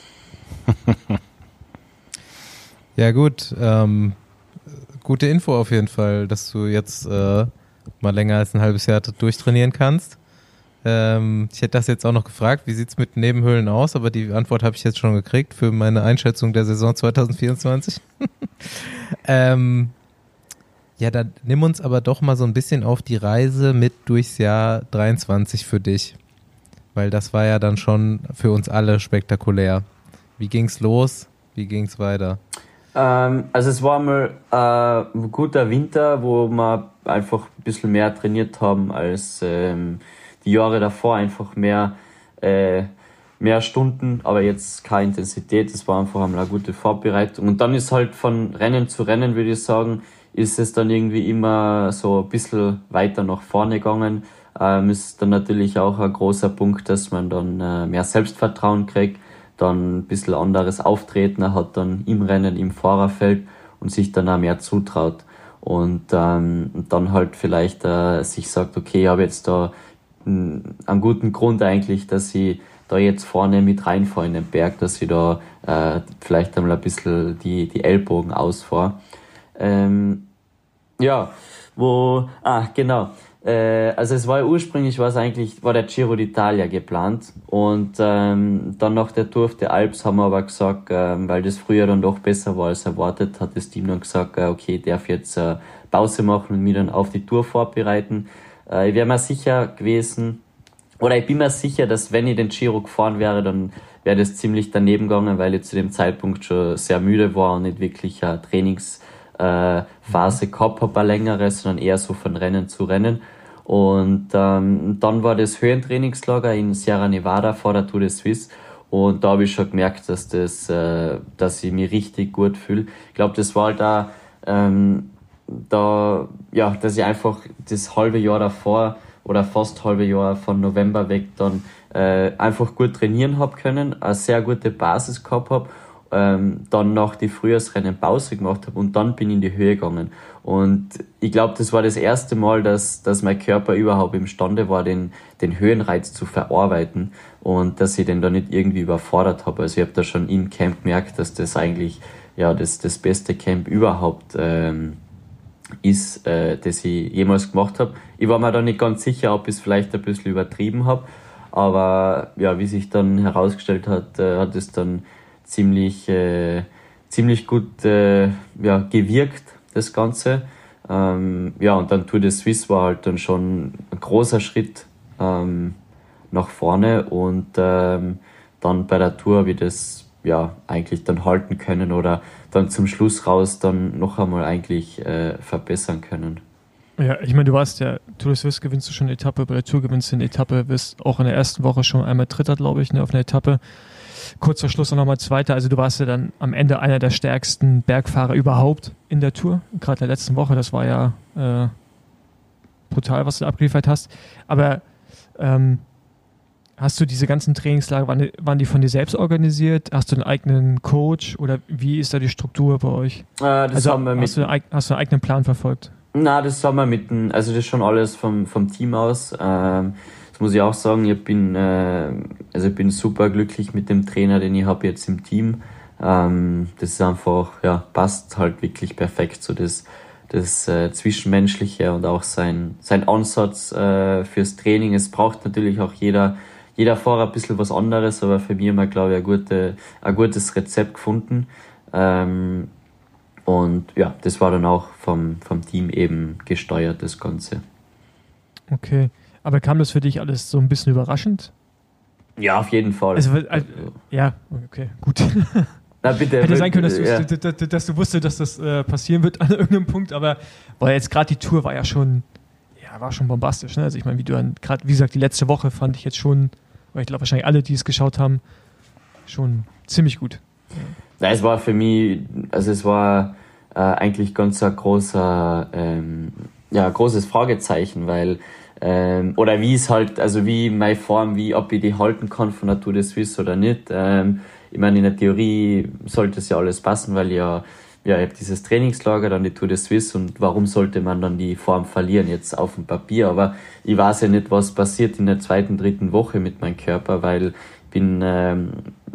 Ja gut, ähm, gute Info auf jeden Fall, dass du jetzt äh, mal länger als ein halbes Jahr durchtrainieren kannst. Ähm, ich hätte das jetzt auch noch gefragt, wie sieht es mit Nebenhöhlen aus, aber die Antwort habe ich jetzt schon gekriegt für meine Einschätzung der Saison zwanzig vierundzwanzig. ähm, ja, dann nimm uns aber doch mal so ein bisschen auf die Reise mit durchs Jahr dreiundzwanzig für dich, weil das war ja dann schon für uns alle spektakulär. Wie ging's los? Wie ging's weiter? Ähm, also es war mal äh, ein guter Winter, wo wir einfach ein bisschen mehr trainiert haben als ähm, die Jahre davor, einfach mehr, äh, mehr Stunden, aber jetzt keine Intensität. Es war einfach einmal eine gute Vorbereitung. Und dann ist halt von Rennen zu Rennen, würde ich sagen, ist es dann irgendwie immer so ein bisschen weiter nach vorne gegangen. Ähm, ist dann natürlich auch ein großer Punkt, dass man dann äh, mehr Selbstvertrauen kriegt, dann ein bisschen anderes Auftreten hat dann im Rennen, im Fahrerfeld und sich dann auch mehr zutraut. Und ähm, dann halt vielleicht äh, sich sagt, okay, ich habe jetzt da mh, einen guten Grund eigentlich, dass ich da jetzt vorne mit reinfahre in den Berg, dass ich da äh, vielleicht einmal ein bisschen die, die Ellbogen ausfahre. Ähm, ja, wo, ah, genau. Äh, also es war ja ursprünglich, war es eigentlich, war der Giro d'Italia geplant und ähm, dann nach der Tour of the Alps haben wir aber gesagt, ähm, weil das früher dann doch besser war als erwartet, hat das Team dann gesagt, äh, okay, ich darf jetzt äh, Pause machen und mich dann auf die Tour vorbereiten. Äh, ich wäre mir sicher gewesen, oder ich bin mir sicher, dass wenn ich den Giro gefahren wäre, dann wäre das ziemlich daneben gegangen, weil ich zu dem Zeitpunkt schon sehr müde war und nicht wirklich eine Trainingsphase äh, gehabt habe, eine längere, sondern eher so von Rennen zu Rennen. Und ähm, dann war das Höhentrainingslager in Sierra Nevada vor der Tour de Suisse Und da habe ich schon gemerkt, dass das, äh, dass ich mich richtig gut fühle. Ich glaube, das war halt da, ähm, da, ja, dass ich einfach das halbe Jahr davor oder fast halbe Jahr von November weg dann äh, einfach gut trainieren habe können, eine sehr gute Basis gehabt habe, ähm, dann nach die Frühjahrsrennen Pause gemacht habe und dann bin ich in die Höhe gegangen. Und ich glaube, das war das erste Mal, dass, dass mein Körper überhaupt imstande war, den, den Höhenreiz zu verarbeiten und dass ich den da nicht irgendwie überfordert habe. Also ich habe da schon im Camp gemerkt, dass das eigentlich ja das, das beste Camp überhaupt ähm, ist, äh, das ich jemals gemacht habe. Ich war mir da nicht ganz sicher, ob ich es vielleicht ein bisschen übertrieben habe, aber ja, wie sich dann herausgestellt hat, äh, hat es dann ziemlich, äh, ziemlich gut äh, ja, gewirkt, das Ganze. Ähm, ja, und dann Tour de Suisse war halt dann schon ein großer Schritt ähm, nach vorne und ähm, dann bei der Tour habe ich das ja eigentlich dann halten können oder dann zum Schluss raus dann noch einmal eigentlich äh, verbessern können. Ja, ich meine, du warst ja, Tour de Suisse gewinnst du schon eine Etappe, bei der Tour gewinnst du eine Etappe, bist auch in der ersten Woche schon einmal Dritter, glaube ich, ne, auf einer Etappe. Kurz vor Schluss noch nochmal Zweiter, also du warst ja dann am Ende einer der stärksten Bergfahrer überhaupt in der Tour, gerade in der letzten Woche, das war ja äh, brutal, was du abgeliefert hast, aber ähm, hast du diese ganzen Trainingslager, waren die, waren die von dir selbst organisiert? Hast du einen eigenen Coach oder wie ist da die Struktur bei euch? Äh, das also haben wir mit, hast, du einen, hast du einen eigenen Plan verfolgt? Na, das haben wir mit dem, also das ist schon alles vom, vom Team aus. Ähm, das muss ich auch sagen, ich bin, äh, also ich bin super glücklich mit dem Trainer, den ich habe jetzt im Team. Ähm, das ist einfach, ja, passt halt wirklich perfekt so das, das äh, Zwischenmenschliche und auch sein, sein Ansatz äh, fürs Training. Es braucht natürlich auch jeder, jeder Fahrer ein bisschen was anderes, aber für mich haben wir, glaube ich, ein, gute, ein gutes Rezept gefunden. Ähm, und ja, das war dann auch vom, vom Team eben gesteuert, das Ganze. Okay, aber kam das für dich alles so ein bisschen überraschend? Ja, auf jeden Fall. Also, also ja, okay, gut. Na bitte. Hätte sein können, dass du, ja. dass, dass, dass du wusstest, dass das äh, passieren wird an irgendeinem Punkt, aber weil jetzt gerade die Tour war ja schon, ja, war schon bombastisch. Ne? Also ich meine, wie du dann gerade, wie gesagt, die letzte Woche fand ich jetzt schon, weil ich glaube wahrscheinlich alle, die es geschaut haben, schon ziemlich gut. Ja. Es war für mich, also es war äh, eigentlich ganz ein großer, ähm, ja, großes Fragezeichen, weil ähm, oder wie es halt, also wie meine Form, wie ob ich die halten kann von der Tour de Suisse oder nicht. Ähm, ich meine, in der Theorie sollte es ja alles passen, weil ja, ja, ich habe dieses Trainingslager, dann die Tour de Suisse und warum sollte man dann die Form verlieren jetzt auf dem Papier? Aber ich weiß ja nicht, was passiert in der zweiten, dritten Woche mit meinem Körper, weil ich bin ähm,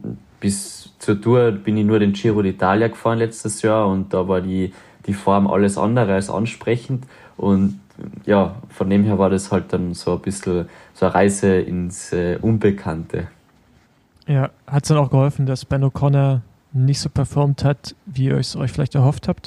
bis zur Tour bin ich nur den Giro d'Italia gefahren letztes Jahr und da war die, die Form alles andere als ansprechend und ja, von dem her war das halt dann so ein bisschen so eine Reise ins äh, Unbekannte. Ja, hat es dann auch geholfen, dass Ben O'Connor nicht so performt hat, wie ihr es euch vielleicht erhofft habt?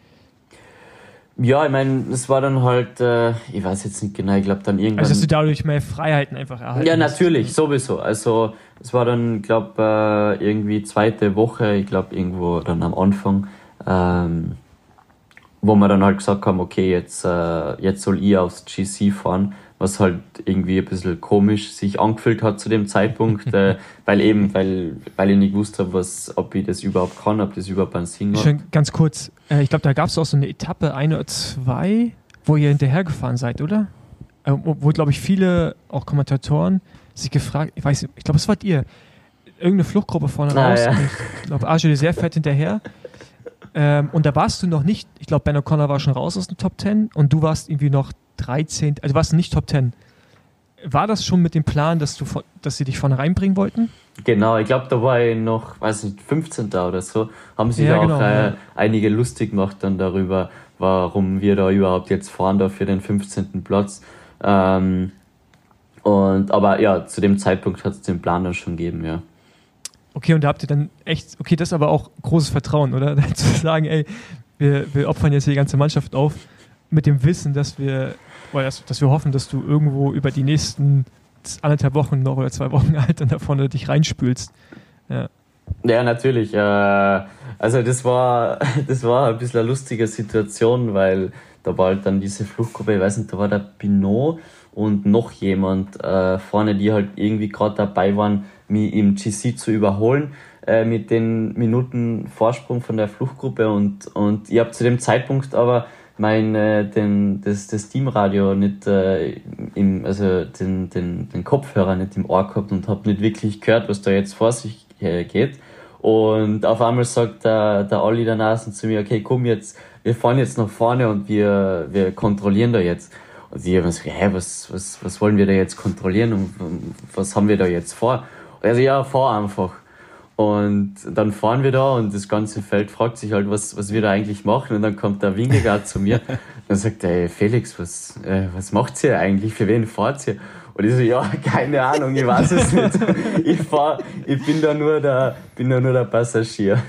Ja, ich meine, es war dann halt, äh, ich weiß jetzt nicht genau, ich glaube dann irgendwann... Also, dass du dadurch mehr Freiheiten einfach erhalten Ja, natürlich, hast. Sowieso. Also, es war dann, glaube äh, irgendwie zweite Woche, ich glaube irgendwo dann am Anfang, ähm, wo wir dann halt gesagt haben, okay, jetzt, äh, jetzt soll ich aufs G C fahren, was halt irgendwie ein bisschen komisch sich angefühlt hat zu dem Zeitpunkt, äh, weil eben, weil, weil ich nicht gewusst habe, was, ob ich das überhaupt kann, ob das überhaupt einen Sinn hat. Schon ganz kurz, äh, ich glaube, da gab es auch so eine Etappe, eine oder zwei, wo ihr hinterhergefahren seid, oder? Äh, wo, wo glaube ich, viele, auch Kommentatoren, sich gefragt, ich weiß nicht, ich glaube, es wart ihr, irgendeine Fluchtgruppe vorne ah, raus, ja. ich glaube, Arge sehr fett hinterher. Ähm, und da warst du noch nicht, ich glaube, Ben O'Connor war schon raus aus den Top Ten und du warst irgendwie noch dreizehn, also warst du nicht Top Ten. War das schon mit dem Plan, dass du, dass sie dich vorne reinbringen wollten? Genau, ich glaube, da war ich noch, weiß nicht, fünfzehnten oder so, haben sich ja, da genau, auch äh, ja. einige lustig gemacht dann darüber, warum wir da überhaupt jetzt fahren da für den fünfzehnten Platz. Ähm, und, aber ja, zu dem Zeitpunkt hat es den Plan dann schon gegeben, ja. Okay, und da habt ihr dann echt, okay, das ist aber auch großes Vertrauen, oder? Zu sagen, ey, wir, wir opfern jetzt hier die ganze Mannschaft auf, mit dem Wissen, dass wir, oder dass, dass wir hoffen, dass du irgendwo über die nächsten anderthalb Wochen noch oder zwei Wochen halt dann da vorne dich reinspülst. Ja, ja natürlich. Äh, also das war, das war ein bisschen eine lustige Situation, weil da war halt dann diese Fluchtgruppe, ich weiß nicht, da war der Pinot und noch jemand äh, vorne, die halt irgendwie gerade dabei waren, mich im G C zu überholen äh, mit den Minuten Vorsprung von der Fluchtgruppe und, und ich habe zu dem Zeitpunkt aber mein äh, den, das, das Teamradio nicht äh, im, also den, den, den Kopfhörer nicht im Ohr gehabt und habe nicht wirklich gehört, was da jetzt vor sich äh, geht. Und auf einmal sagt der, der Olli der Nasen zu mir, okay, komm jetzt, wir fahren jetzt nach vorne und wir, wir kontrollieren da jetzt. Und ich habe mir gesagt, hä, was, was, was wollen wir da jetzt kontrollieren und was haben wir da jetzt vor? Und er so, ja, fahr einfach. Und dann fahren wir da und das ganze Feld fragt sich halt, was, was wir da eigentlich machen. Und dann kommt der Wingegaard zu mir und dann sagt er, ey, Felix, was, äh, was macht's ihr eigentlich? Für wen fahrt ihr? Und ich so, ja, keine Ahnung, ich weiß es nicht. Ich fahr, ich bin da nur der, bin da nur der Passagier.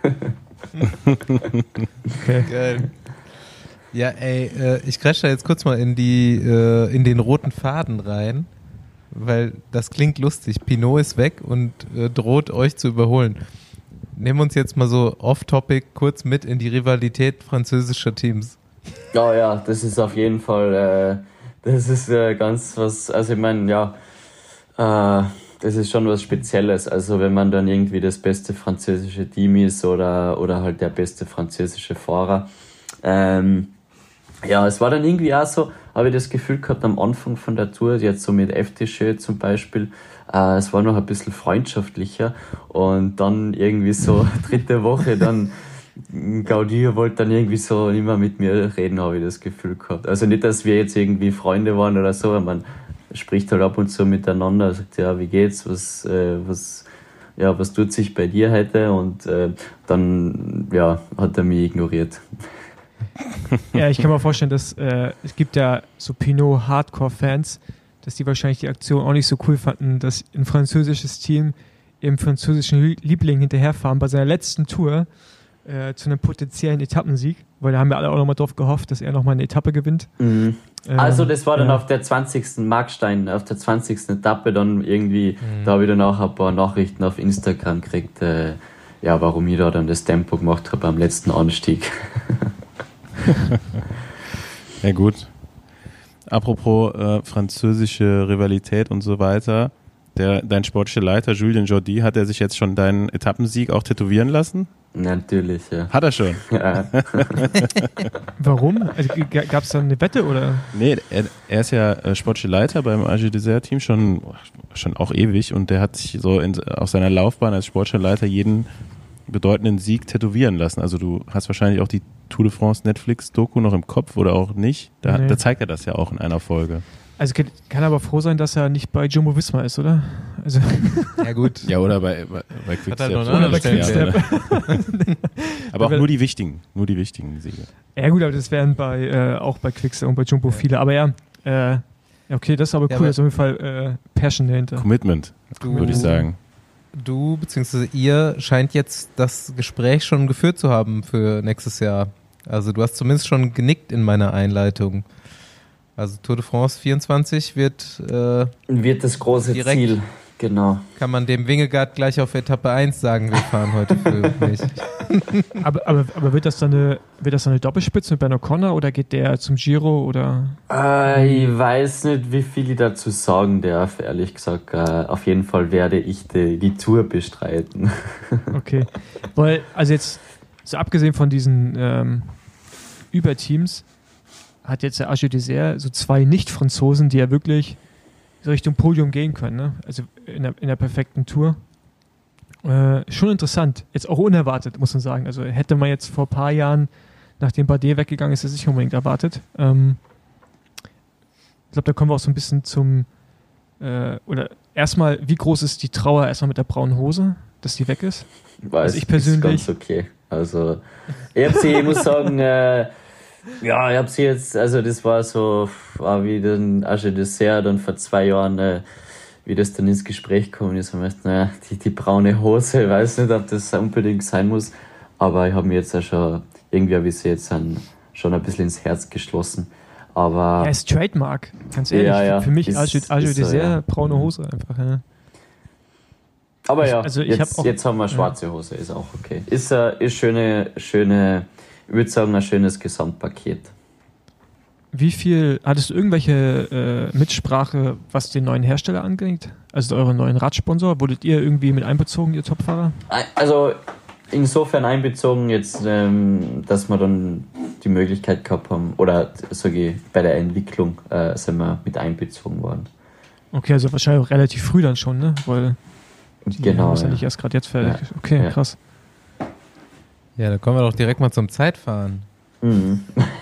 Okay. Geil. Ja, ey, äh, ich crash da jetzt kurz mal in die, äh, in den roten Faden rein, weil das klingt lustig. Pinot ist weg und äh, droht euch zu überholen. Nehmen wir uns jetzt mal so off-topic kurz mit in die Rivalität französischer Teams. Ja, ja, das ist auf jeden Fall, äh, das ist äh, ganz was, also ich meine, ja, äh, das ist schon was Spezielles. Also wenn man dann irgendwie das beste französische Team ist oder, oder halt der beste französische Fahrer. Ähm, ja, es war dann irgendwie auch so, habe ich das Gefühl gehabt am Anfang von der Tour, jetzt so mit F D J zum Beispiel, äh, es war noch ein bisschen freundschaftlicher und dann irgendwie so dritte Woche dann Gaudi wollte dann irgendwie so nicht mehr mit mir reden, habe ich das Gefühl gehabt. Also nicht, dass wir jetzt irgendwie Freunde waren oder so, man spricht halt ab und zu miteinander, sagt, ja, wie geht's, was, äh, was, ja, was tut sich bei dir heute? Und äh, dann, ja, hat er mich ignoriert. Ja, ich kann mir vorstellen, dass äh, es gibt ja so Pinot-Hardcore-Fans, dass die wahrscheinlich die Aktion auch nicht so cool fanden, dass ein französisches Team ihrem französischen Liebling hinterherfahren bei seiner letzten Tour äh, zu einem potenziellen Etappensieg, weil da haben wir alle auch nochmal drauf gehofft, dass er nochmal eine Etappe gewinnt. Mhm. Ähm, also das war dann ja. auf der zwanzigsten Markstein, auf der zwanzigsten Etappe dann irgendwie, mhm. da habe ich dann auch ein paar Nachrichten auf Instagram gekriegt, äh, ja, warum ich da dann das Tempo gemacht habe am letzten Anstieg. Ja gut. Apropos äh, französische Rivalität und so weiter, der, dein sportlicher Leiter Julien Jordi, hat er sich jetzt schon deinen Etappensieg auch tätowieren lassen? Natürlich, ja. Hat er schon? Ja. Warum? Also, gab es da eine Wette oder? Nee, er, er ist ja äh, sportlicher Leiter beim A G Dessert Team schon, schon auch ewig und der hat sich so in, auf seiner Laufbahn als sportlicher Leiter jeden bedeutenden Sieg tätowieren lassen. Also du hast wahrscheinlich auch die Tour de France Netflix-Doku noch im Kopf oder auch nicht. Da, nee. da zeigt er das ja auch in einer Folge. Also kann, kann aber froh sein, dass er nicht bei Jumbo Visma ist, oder? Also ja gut. Ja, oder bei, bei, bei Quickstep. Halt oder bei Quickstep. Aber auch nur die wichtigen, nur die wichtigen Siege. Ja gut, aber das wären bei äh, auch bei Quickstep und bei Jumbo viele. Aber ja, äh, okay, das ist aber cool. Ja, das ist auf jeden Fall äh, Passion dahinter. Commitment, würde ich sagen. Du bzw. ihr scheint jetzt das Gespräch schon geführt zu haben für nächstes Jahr. Also du hast zumindest schon genickt in meiner Einleitung. Also Tour de France vierundzwanzig wird äh, wird das große direkt, Ziel, genau. Kann man dem Wingegaard gleich auf Etappe eins sagen, wir fahren heute für mich. aber, aber, aber wird das dann eine, wird das dann eine Doppelspitze mit Ben O'Connor oder geht der zum Giro oder? Äh, ich weiß nicht, wie viel ich dazu sagen darf, ehrlich gesagt. Äh, auf jeden Fall werde ich die, die Tour bestreiten. Okay, weil, also jetzt, so abgesehen von diesen ähm, Überteams, hat jetzt der A G Dessert so zwei Nicht-Franzosen, die ja wirklich so Richtung Podium gehen können, ne? Also in der, in der perfekten Tour. Äh, schon interessant, jetzt auch unerwartet, muss man sagen. Also hätte man jetzt vor ein paar Jahren, nachdem Bardet weggegangen ist, das nicht unbedingt erwartet. Ähm, ich glaube, da kommen wir auch so ein bisschen zum, äh, oder erstmal, wie groß ist die Trauer erstmal mit der braunen Hose, dass die weg ist? Weiß, also ich persönlich. Ist ganz okay. Also, ich, hab sie, ich muss sagen, äh, ja, ich habe sie jetzt, also das war so, war wie den A G Dessert dann vor zwei Jahren, äh, wie das dann ins Gespräch gekommen ist, und ich dachte, naja, die, die braune Hose, ich weiß nicht, ob das unbedingt sein muss, aber ich habe mir jetzt auch schon, irgendwie habe ich sie jetzt dann schon ein bisschen ins Herz geschlossen, aber... Ja, ist Trademark, ganz ehrlich, ja, ja, für mich ist, A G Dessert, so, ja. braune Hose einfach, ja. Aber ja, also ich jetzt, hab auch, jetzt haben wir schwarze Hose, ist auch okay. Ist eine ist schöne, schöne, ich würde sagen, ein schönes Gesamtpaket. wie viel, hattest du irgendwelche äh, Mitsprache, was den neuen Hersteller angeht? Also euren neuen Radsponsor? Wurdet ihr irgendwie mit einbezogen, ihr Topfahrer? Also insofern einbezogen jetzt, ähm, dass wir dann die Möglichkeit gehabt haben, oder sage ich, bei der Entwicklung äh, sind wir mit einbezogen worden. Okay, also wahrscheinlich auch relativ früh dann schon, ne? Weil die Genau. ist ja Ja. nicht erst gerade jetzt fertig. Ja. Okay, Ja. krass. Ja, dann kommen wir doch direkt mal zum Zeitfahren. Mhm.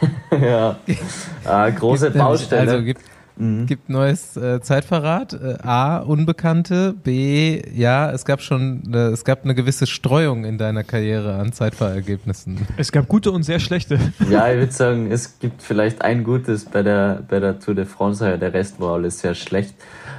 Ja, äh, große Gibt nämlich- Baustelle. Also gibt, Mhm. gibt neues äh, Zeitverrat. Äh, A, Unbekannte. B, ja, es gab schon, äh, es gab eine gewisse Streuung in deiner Karriere an Zeitfahrergebnissen. Es gab gute und sehr schlechte. Ja, ich würde sagen, es gibt vielleicht ein Gutes bei der, bei der Tour de France, ja, der Rest war alles sehr schlecht.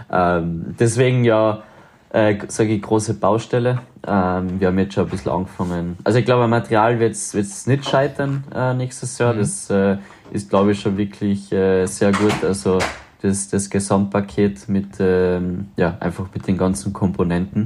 Ähm, deswegen ja, äh, sage ich, große Baustelle. Ähm, wir haben jetzt schon ein bisschen angefangen. Also ich glaube, am Material wird es nicht scheitern äh, nächstes Jahr. Mhm. Das äh, ist, glaube ich, schon wirklich äh, sehr gut. Also das, das Gesamtpaket mit, ähm, ja, einfach mit den ganzen Komponenten.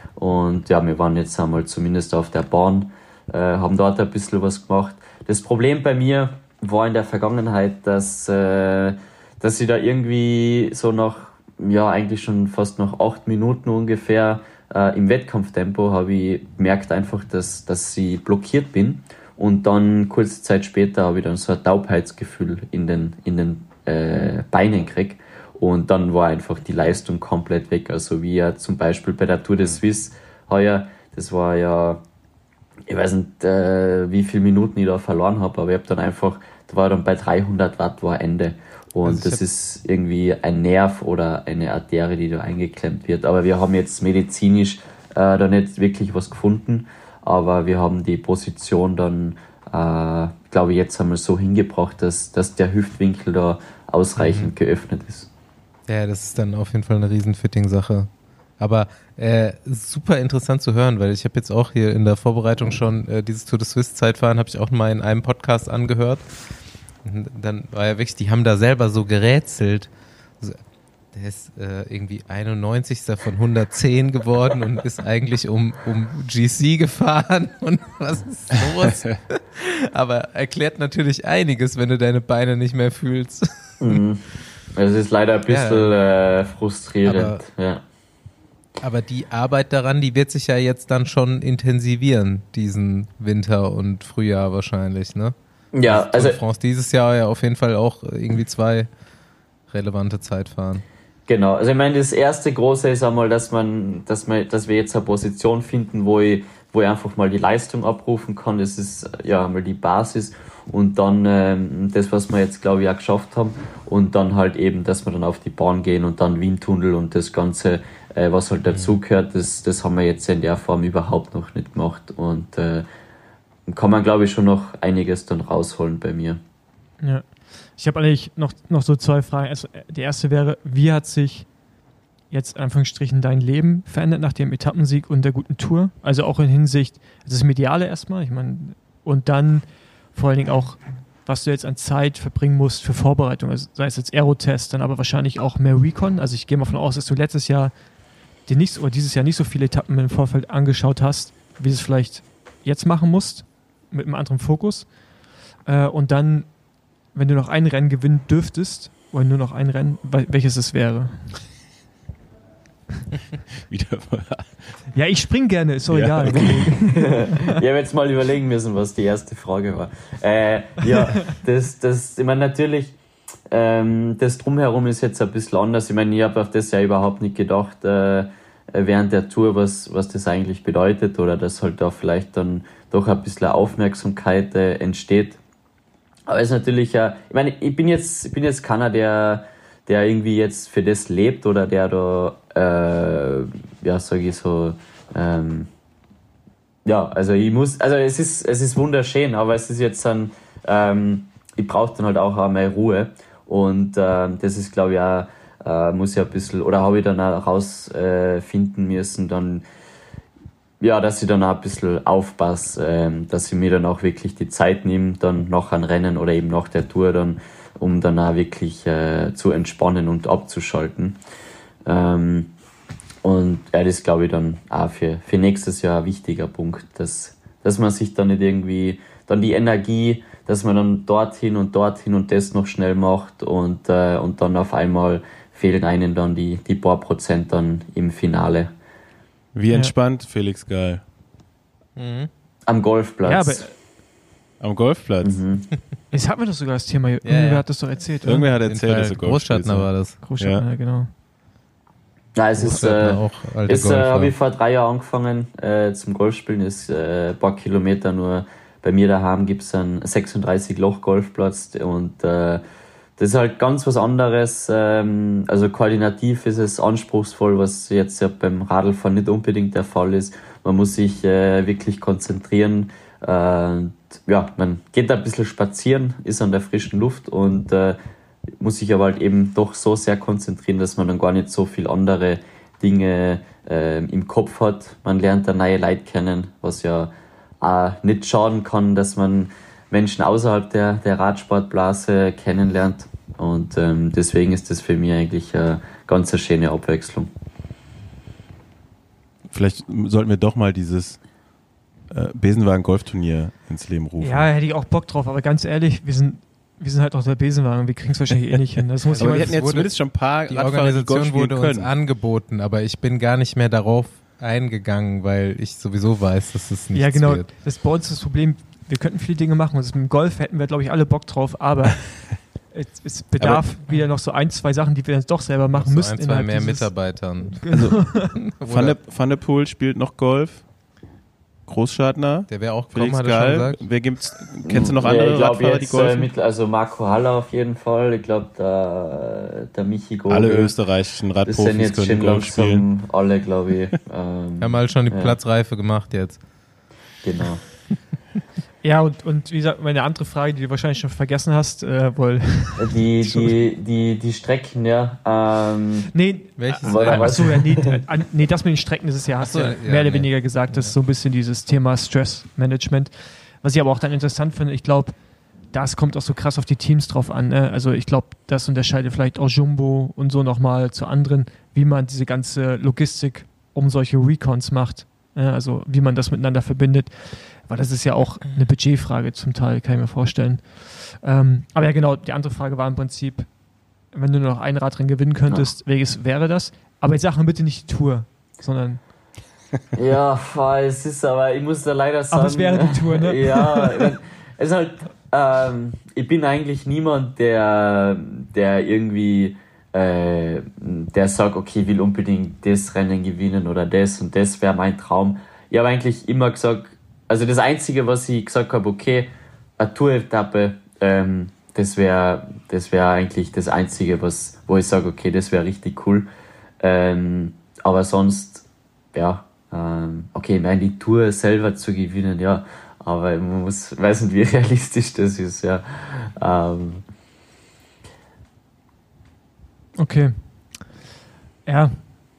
Und ja, wir waren jetzt einmal zumindest auf der Bahn, äh, haben dort ein bisschen was gemacht. Das Problem bei mir war in der Vergangenheit, dass, äh, dass ich da irgendwie so nach, ja, eigentlich schon fast nach acht Minuten ungefähr äh, im Wettkampftempo habe ich gemerkt einfach, dass, dass ich blockiert bin. Und dann kurze Zeit später habe ich dann so ein Taubheitsgefühl in den, in den äh, Beinen gekriegt. Und dann war einfach die Leistung komplett weg. Also wie ja zum Beispiel bei der Tour de Suisse heuer, das war ja, ich weiß nicht, äh, wie viele Minuten ich da verloren habe, aber ich habe dann einfach, da war dann bei dreihundert Watt war Ende. Und Also ich das ist irgendwie ein Nerv oder eine Arterie, die da eingeklemmt wird. Aber wir haben jetzt medizinisch äh, da nicht wirklich was gefunden, aber wir haben die Position dann, äh, glaube ich, jetzt einmal so hingebracht, dass, dass der Hüftwinkel da ausreichend mhm. geöffnet ist. Ja, das ist dann auf jeden Fall eine riesen Fitting-Sache. Aber äh, super interessant zu hören, weil ich habe jetzt auch hier in der Vorbereitung schon äh, dieses Tour de Suisse Zeitfahren, habe ich auch mal in einem Podcast angehört. Und dann war ja wirklich, die haben da selber so gerätselt. So, der ist äh, irgendwie einundneunzigster von hundertzehn geworden und ist eigentlich um, um G C gefahren. Und was ist los? Aber erklärt natürlich einiges, wenn du deine Beine nicht mehr fühlst. Mhm. Es ist leider ein bisschen ja. äh, frustrierend. Aber, ja. aber die Arbeit daran, die wird sich ja jetzt dann schon intensivieren, diesen Winter und Frühjahr wahrscheinlich, ne? Ja, also Tour de France dieses Jahr ja auf jeden Fall auch irgendwie zwei relevante Zeitfahren. Genau, also ich meine, das erste große ist einmal, dass man, dass man, dass wir jetzt eine Position finden, wo ich, wo ich einfach mal die Leistung abrufen kann. Das ist ja einmal die Basis und dann ähm, das, was wir jetzt, glaube ich, auch geschafft haben und dann halt eben, dass wir dann auf die Bahn gehen und dann Windtunnel und das Ganze, äh, was halt dazugehört, das, das haben wir jetzt in der Form überhaupt noch nicht gemacht und äh, kann man, glaube ich, schon noch einiges dann rausholen bei mir. Ja. Ich habe eigentlich noch, noch so zwei Fragen. Also die erste wäre, wie hat sich jetzt in Anführungsstrichen dein Leben verändert nach dem Etappensieg und der guten Tour? Also auch in Hinsicht, das Mediale erstmal, ich meine, und dann vor allen Dingen auch, was du jetzt an Zeit verbringen musst für Vorbereitung, also sei es jetzt Aerotest, dann aber wahrscheinlich auch mehr Recon. Also ich gehe mal davon aus, dass du letztes Jahr dir nicht, oder dieses Jahr nicht so viele Etappen im Vorfeld angeschaut hast, wie du es vielleicht jetzt machen musst, mit einem anderen Fokus. Äh, und dann, wenn du noch ein Rennen gewinnen dürftest, oder nur noch ein Rennen, welches es wäre? Wieder. Ja, ich spring gerne, ist doch Ja, egal. okay. Ich habe jetzt mal überlegen müssen, was die erste Frage war. Äh, ja, das, das, ich meine, natürlich, ähm, das Drumherum ist jetzt ein bisschen anders. Ich meine, ich habe auf das ja überhaupt nicht gedacht, äh, während der Tour, was, was das eigentlich bedeutet oder dass halt da vielleicht dann doch ein bisschen Aufmerksamkeit äh, entsteht. Aber es ist natürlich ja, ich meine, ich bin jetzt, ich bin jetzt keiner, der, der irgendwie jetzt für das lebt oder der da, äh, ja, sage ich so, ähm, ja, also ich muss, also es ist, es ist wunderschön, aber es ist jetzt dann, ähm, ich brauche dann halt auch einmal Ruhe und ähm, das ist, glaube ich, auch, äh, muss ja ein bisschen, oder habe ich dann auch rausfinden äh, müssen, dann, ja, dass ich dann auch ein bisschen aufpasse, ähm, dass ich mir dann auch wirklich die Zeit nehme, dann nach einem Rennen oder eben nach der Tour dann, um dann auch wirklich äh, zu entspannen und abzuschalten. Ähm, und ja, das ist, glaube ich, dann auch für, für nächstes Jahr ein wichtiger Punkt, dass, dass man sich dann nicht irgendwie, dann die Energie dass man dann dorthin und dorthin und das noch schnell macht und, äh, und dann auf einmal fehlen einem dann die, die paar Prozent dann im Finale. Wie entspannt, ja. Felix Geil. Mhm. Am Golfplatz. Ja, aber Am Golfplatz? Mhm. jetzt hatten wir doch sogar das Thema. Ja, Irgendwer ja. hat das doch erzählt. Oder? Irgendwer hat erzählt, dass er Golf Großstadtner war das. Großstadt, Ja. ja, genau. Ja, es ist, Großstadtner äh, auch alte ist äh, Golfer. habe ich vor drei Jahren angefangen äh, zum Golfspielen. Ist äh, ein paar Kilometer nur bei mir daheim gibt es einen sechsunddreißig Loch Golfplatz und äh, das ist halt ganz was anderes. Ähm, also koordinativ ist es anspruchsvoll, was jetzt ja beim Radlfahren nicht unbedingt der Fall ist. Man muss sich äh, wirklich konzentrieren. Äh, ja, man geht ein bisschen spazieren, ist an der frischen Luft und äh, muss sich aber halt eben doch so sehr konzentrieren, dass man dann gar nicht so viel andere Dinge äh, im Kopf hat. Man lernt da neue Leute kennen, was ja auch nicht schaden kann, dass man Menschen außerhalb der, der Radsportblase kennenlernt. Und ähm, deswegen ist das für mich eigentlich eine ganz eine schöne Abwechslung. Vielleicht sollten wir doch mal dieses äh, Besenwagen-Golfturnier ins Leben rufen. Ja, hätte ich auch Bock drauf, aber ganz ehrlich, wir sind, wir sind halt auch der Besenwagen, wir kriegen es wahrscheinlich eh nicht hin. Das muss Aber wir jemand, hätten jetzt wurde- zumindest schon ein paar Die Radfahrer, die Golf Organisation spielen wurde uns können. angeboten, aber ich bin gar nicht mehr darauf eingegangen, weil ich sowieso weiß, dass es nichts ja, genau. wird. Das ist bei uns das Problem. Wir könnten viele Dinge machen. Und das mit dem Golf hätten wir, glaube ich, alle Bock drauf. Aber es, es bedarf wieder noch so ein, zwei Sachen, die wir dann doch selber machen So müssen. ein, zwei innerhalb mehr dieses- Mitarbeitern. Genau. Van der, Van der Poel spielt noch Golf. Großschartner. Der wäre auch gekommen, Felix hat er schon Gall. gesagt. Wer gibt's? Kennst du noch Ja, andere ich glaub Radfahrer, die jetzt, äh, golfen? mit, also Marco Haller auf jeden Fall. Ich glaube, der, der Michi Gogel. Alle österreichischen Das sind Radprofis jetzt können schon Golf spielen. langsam alle, glaube ich. Ähm, Wir haben halt schon die ja. Platzreife gemacht jetzt. Genau. Ja, und, und wie gesagt, meine andere Frage, die du wahrscheinlich schon vergessen hast, äh, wohl. Die, die, die, die Strecken, ja. Ähm, Nee, Welches? äh, Oder ach was? so, ja, nee, äh, an- nee, das mit den Strecken, das ist ja, hast Ach so, du ja ja, mehr oder nee. weniger gesagt, das ist so ein bisschen dieses Thema Stressmanagement. Was ich aber auch dann interessant finde, ich glaube, das kommt auch so krass auf die Teams drauf an. Ne? Also ich glaube, das unterscheidet vielleicht auch Jumbo und so nochmal zu anderen, wie man diese ganze Logistik um solche Recons macht. Ne? Also wie man das miteinander verbindet. Weil das ist ja auch eine Budgetfrage zum Teil, kann ich mir vorstellen. Ähm, aber ja genau, die andere Frage war im Prinzip, wenn du nur noch ein Radrennen gewinnen könntest, welches wäre das? Aber jetzt sag mir bitte nicht die Tour, sondern... ja, boah, es ist aber, ich muss da leider sagen. Aber es wäre die Tour, ne? Ja, ich mein, es ist halt, ähm, ich bin eigentlich niemand, der, der irgendwie, äh, der sagt, okay, ich will unbedingt das Rennen gewinnen oder das und das wäre mein Traum. Ich habe eigentlich immer gesagt, also das Einzige, was ich gesagt habe, okay, eine Tour-Etappe, ähm, das wäre das wär eigentlich das Einzige, was, wo ich sage, okay, das wäre richtig cool. Ähm, aber sonst, ja, ähm, okay, ich meine, die Tour selber zu gewinnen, ja, aber man muss, weiß nicht, wie realistisch das ist, ja. Ähm, Okay. Ja.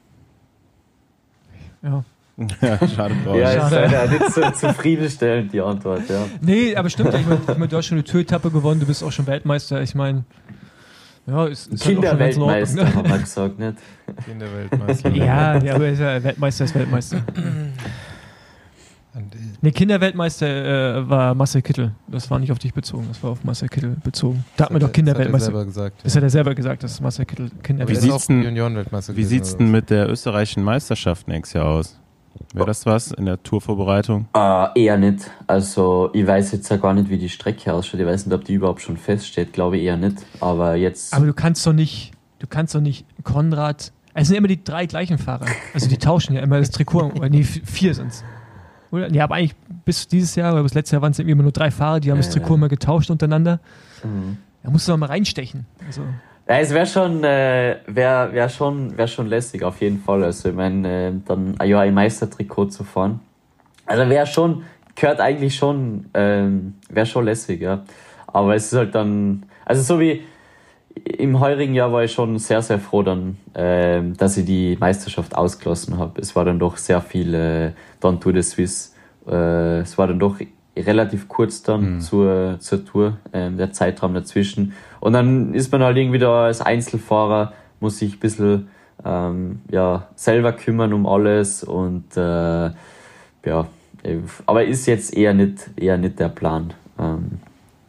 Ja. Ja, schade drauf. ja, ist Schade. leider nicht so zufriedenstellend, die Antwort, ja. Nee, aber stimmt, ich meine, ich mein, du hast schon eine Tour-Etappe gewonnen, du bist auch schon Weltmeister. Ich meine, ja, ist, ist halt auch schon ganz in Ordnung, Kinderweltmeister, ne? haben wir gesagt, nicht? Kinderweltmeister. Ja, ja, aber ist ja Weltmeister ist Weltmeister. Und, äh, Nee, Kinderweltmeister äh, war Marcel Kittel. Das war nicht auf dich bezogen, das war auf Marcel Kittel bezogen. Da hat man doch das hat er Kinderweltmeister. selber gesagt. Das hat er selber gesagt, dass Marcel Kittel Aber Kinderweltmeister der Wie ist sieht's auch denn- Juniorenweltmeister Wie gewesen, sieht's oder denn was? mit der österreichischen Meisterschaft nächstes Jahr aus? Wäre das was in der Tourvorbereitung? Äh, eher nicht. Also ich weiß jetzt ja gar nicht, wie die Strecke ausschaut. Ich weiß nicht, ob die überhaupt schon feststeht. Glaube ich eher nicht. Aber jetzt... Aber du kannst doch nicht, du kannst doch nicht Konrad. Es sind immer die drei gleichen Fahrer. Also die tauschen ja immer das Trikot. Oder nee, v- vier sind's. Oder? Ja, aber eigentlich bis dieses Jahr oder bis letztes Jahr waren es immer nur drei Fahrer, die haben das Ja, Trikot ja. immer getauscht untereinander. Mhm. Da musst du doch mal reinstechen. Also, Ja, es wäre schon, äh, wär, wär schon, wär schon lässig, auf jeden Fall. Also ich meine, äh, dann ein Jahr im Meistertrikot zu fahren. Also wäre schon, gehört eigentlich schon, ähm, wäre schon lässig, ja. Aber es ist halt dann, also so wie im heurigen Jahr war ich schon sehr, sehr froh dann, ähm, dass ich die Meisterschaft ausgelassen habe. Es war dann doch sehr viel äh, dann Tour de Suisse. Äh, es war dann doch relativ kurz dann Mhm. zur, zur Tour, ähm, der Zeitraum dazwischen. Und dann ist man halt irgendwie da als Einzelfahrer, muss sich ein bisschen ähm, ja, selber kümmern um alles und äh, ja, aber ist jetzt eher nicht, eher nicht der Plan. Ähm,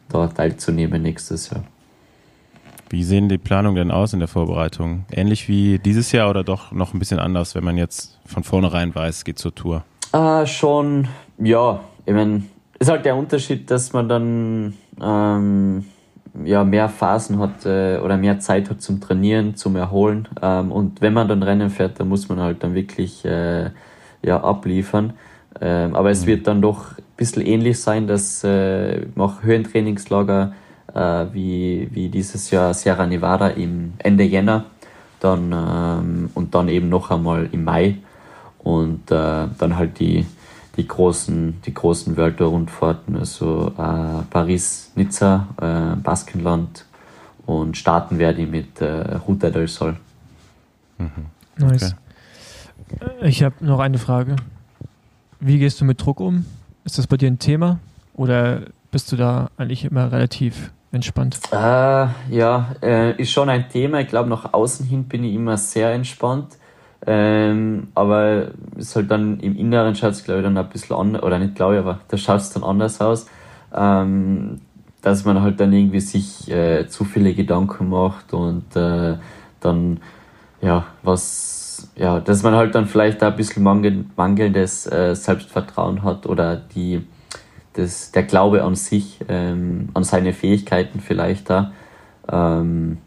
da teilzunehmen nächstes Jahr. Wie sehen die Planungen denn aus in der Vorbereitung? Ähnlich wie dieses Jahr oder doch noch ein bisschen anders, wenn man jetzt von vornherein weiß, es geht zur Tour? Äh, schon, ja. Ich meine, ist halt der Unterschied, dass man dann ähm, ja, mehr Phasen hat äh, oder mehr Zeit hat zum Trainieren, zum Erholen. Ähm, und wenn man dann Rennen fährt, dann muss man halt dann wirklich äh, ja, abliefern. Ähm, aber es mhm. wird dann doch ein bisschen ähnlich sein, dass äh, ich mache Höhentrainingslager äh, wie, wie dieses Jahr Sierra Nevada im Ende Jänner dann, ähm, und dann eben noch einmal im Mai und äh, dann halt die, die großen, die großen World Tour Rundfahrten, also äh, Paris, Nizza, äh, Baskenland und starten werde ich mit äh, Ruta del Sol. Mhm. Nice. Okay. Ich habe noch eine Frage. Wie gehst du mit Druck um? Ist das bei dir ein Thema oder bist du da eigentlich immer relativ entspannt? Äh, ja, äh, ist schon ein Thema. Ich glaube, nach außen hin bin ich immer sehr entspannt. Ähm, aber ist halt dann im Inneren schaut es, glaube ich, dann ein bisschen anders, oder nicht glaube ich, aber da schaut es dann anders aus, ähm, dass man halt dann irgendwie sich äh, zu viele Gedanken macht und äh, dann, ja, was, ja, dass man halt dann vielleicht auch ein bisschen mangel, mangelndes äh, Selbstvertrauen hat oder die, das, der Glaube an sich, ähm, an seine Fähigkeiten vielleicht da. Ähm,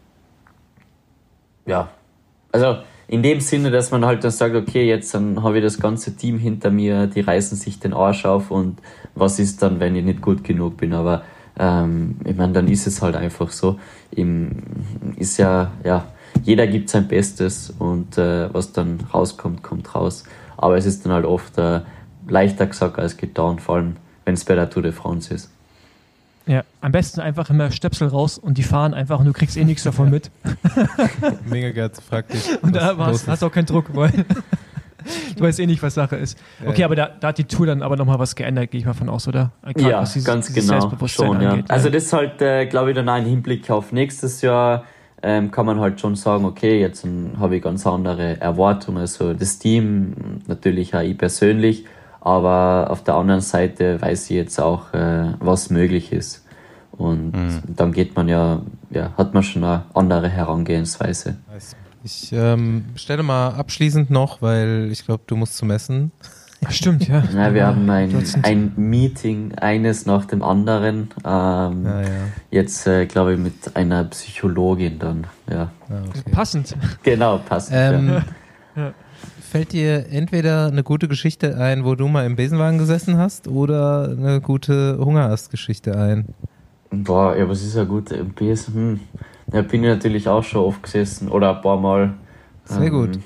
ja, also in dem Sinne, dass man halt dann sagt, okay, jetzt dann habe ich das ganze Team hinter mir, die reißen sich den Arsch auf und was ist dann, wenn ich nicht gut genug bin, aber ähm, ich meine, dann ist es halt einfach so. Im, ist ja, ja, jeder gibt sein Bestes und äh, was dann rauskommt, kommt raus. Aber es ist dann halt oft äh, leichter gesagt als getan, vor allem wenn es bei der Tour de France ist. Ja, am besten einfach immer Stöpsel raus und die fahren einfach und du kriegst eh nichts davon mit. Mega ganz praktisch. Und da hast, hast du auch keinen Druck, weil du weißt eh nicht, was Sache ist. Okay, ja, aber da, da hat die Tour dann aber nochmal was geändert, gehe ich mal von aus, oder? Gerade ja, dieses, ganz dieses genau, schon, ja. Angeht, also das ist halt, äh, glaube ich, dann ein Hinblick auf nächstes Jahr, ähm, kann man halt schon sagen, okay, jetzt um, habe ich ganz andere Erwartungen, also das Team, natürlich auch ich persönlich, aber auf der anderen Seite weiß ich jetzt auch, äh, was möglich ist. Und mhm. dann geht man ja, ja, hat man schon eine andere Herangehensweise. Ich ähm, stelle mal abschließend noch, weil ich glaube, du musst zum Essen. Ach, stimmt, ja. ja wir haben ein, ein Meeting, eines nach dem anderen. Ähm, ja, ja. Jetzt, äh, glaube ich, mit einer Psychologin dann. Ja. Ah, okay. Passend. Genau, passend. Ähm, ja. Ja. Fällt dir entweder eine gute Geschichte ein, wo du mal im Besenwagen gesessen hast, oder eine gute Hungerast-Geschichte ein? Boah, ja, was ist eine gute im Besen? Hm. Da bin ich natürlich auch schon oft gesessen oder ein paar Mal. Sehr ähm, gut.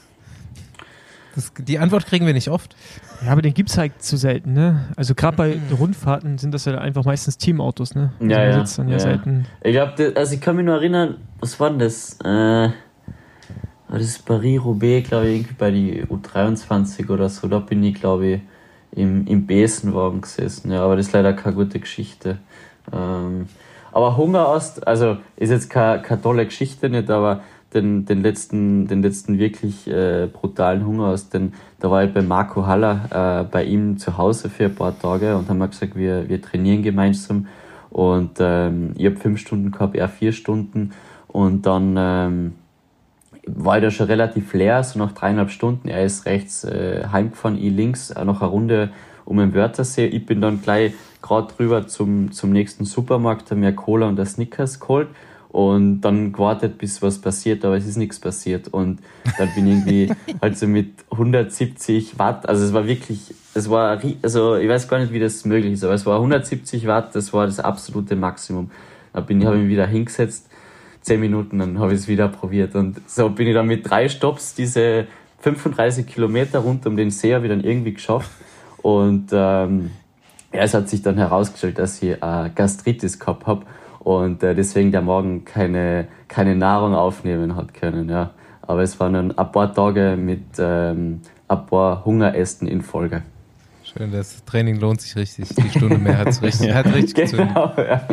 Das, die Antwort kriegen wir nicht oft. Ja, aber den gibt es halt zu selten, ne? Also gerade bei Rundfahrten sind das ja einfach meistens Teamautos, ne? Also ja, ja. Dann ja, ja. selten. Ich glaube, also ich kann mich nur erinnern, was war denn das? Äh, das ist Paris-Roubaix, glaube ich, irgendwie bei die U dreiundzwanzig oder so. Da bin ich, glaube ich, im, im Besenwagen gesessen. Ja, aber das ist leider keine gute Geschichte. Ähm, aber Hungerast, also ist jetzt keine, keine tolle Geschichte nicht, aber den, den letzten, den letzten wirklich äh, brutalen Hungerast, den, da war ich bei Marco Haller äh, bei ihm zu Hause für ein paar Tage und haben wir gesagt, wir, wir trainieren gemeinsam und ähm, ich habe fünf Stunden gehabt, er vier Stunden und dann ähm, war ich da schon relativ leer, so nach dreieinhalb Stunden. Er ist rechts äh, heimgefahren, ich links, äh, noch eine Runde um den Wörthersee. Ich bin dann gleich gerade drüber zum, zum nächsten Supermarkt, habe mir Cola und ein Snickers geholt und dann gewartet, bis was passiert, aber es ist nichts passiert. Und dann bin ich irgendwie halt so mit hundertsiebzig Watt, also es war wirklich, es war, also ich weiß gar nicht, wie das möglich ist, aber es war hundertsiebzig Watt, das war das absolute Maximum. Da bin ich, habe ich mich wieder hingesetzt, zehn Minuten, dann habe ich es wieder probiert und so bin ich dann mit drei Stopps diese fünfunddreißig Kilometer rund um den See habe ich dann irgendwie geschafft und ähm, ja, es hat sich dann herausgestellt, dass ich äh, Gastritis gehabt habe und äh, deswegen der Magen keine, keine Nahrung aufnehmen hat können, ja. Aber es waren dann ein paar Tage mit ähm, ein paar Hungerästen in Folge. Schön, das Training lohnt sich richtig, die Stunde mehr hat es richtig, hat richtig gezündet. Genau, ja.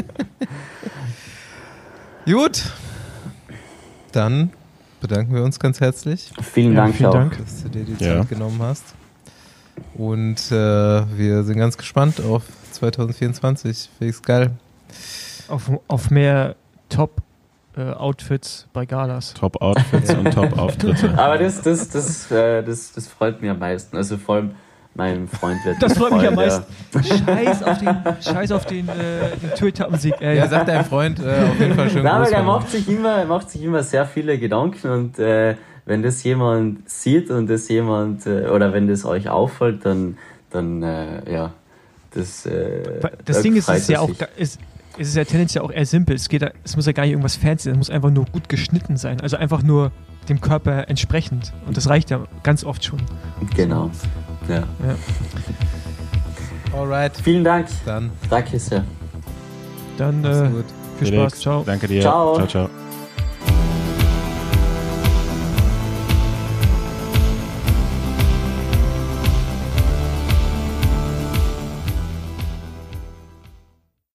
Gut, dann bedanken wir uns ganz herzlich. Vielen ja, Dank, vielen auch, Dank. dass du dir die Zeit ja. genommen hast. Und äh, wir sind ganz gespannt auf zwanzig vierundzwanzig. Felix, geil. Auf, auf mehr Top-Outfits bei Galas. Top-Outfits und Top-Auftritte. Aber das, das, das, äh, das, das freut mich am meisten. Also vor allem mein Freund wird Das freut mich am Freund, meisten. Scheiß auf den, Scheiß auf den, äh, den Tour-Etappensieg, ey. Ja, sagt dein Freund äh, auf jeden Fall schön Nein, groß aber er von macht sich immer, er macht sich immer sehr viele Gedanken und äh, wenn das jemand sieht und das jemand äh, oder wenn das euch auffällt, dann, dann äh, ja, das. Äh, das Ding ist, freut es ist ja er auch, sich. ist, es ist ja tendenziell auch eher simpel. Es geht, es muss ja gar nicht irgendwas fancy sein, es muss einfach nur gut geschnitten sein. Also einfach nur dem Körper entsprechend. Und das reicht ja ganz oft schon. Genau. Ja. Ja. Alright, Vielen Dank. dann Danke sehr. Dann mach's äh, gut. viel Spaß. Felix, Ciao. Danke dir. Ciao. Ciao, ciao.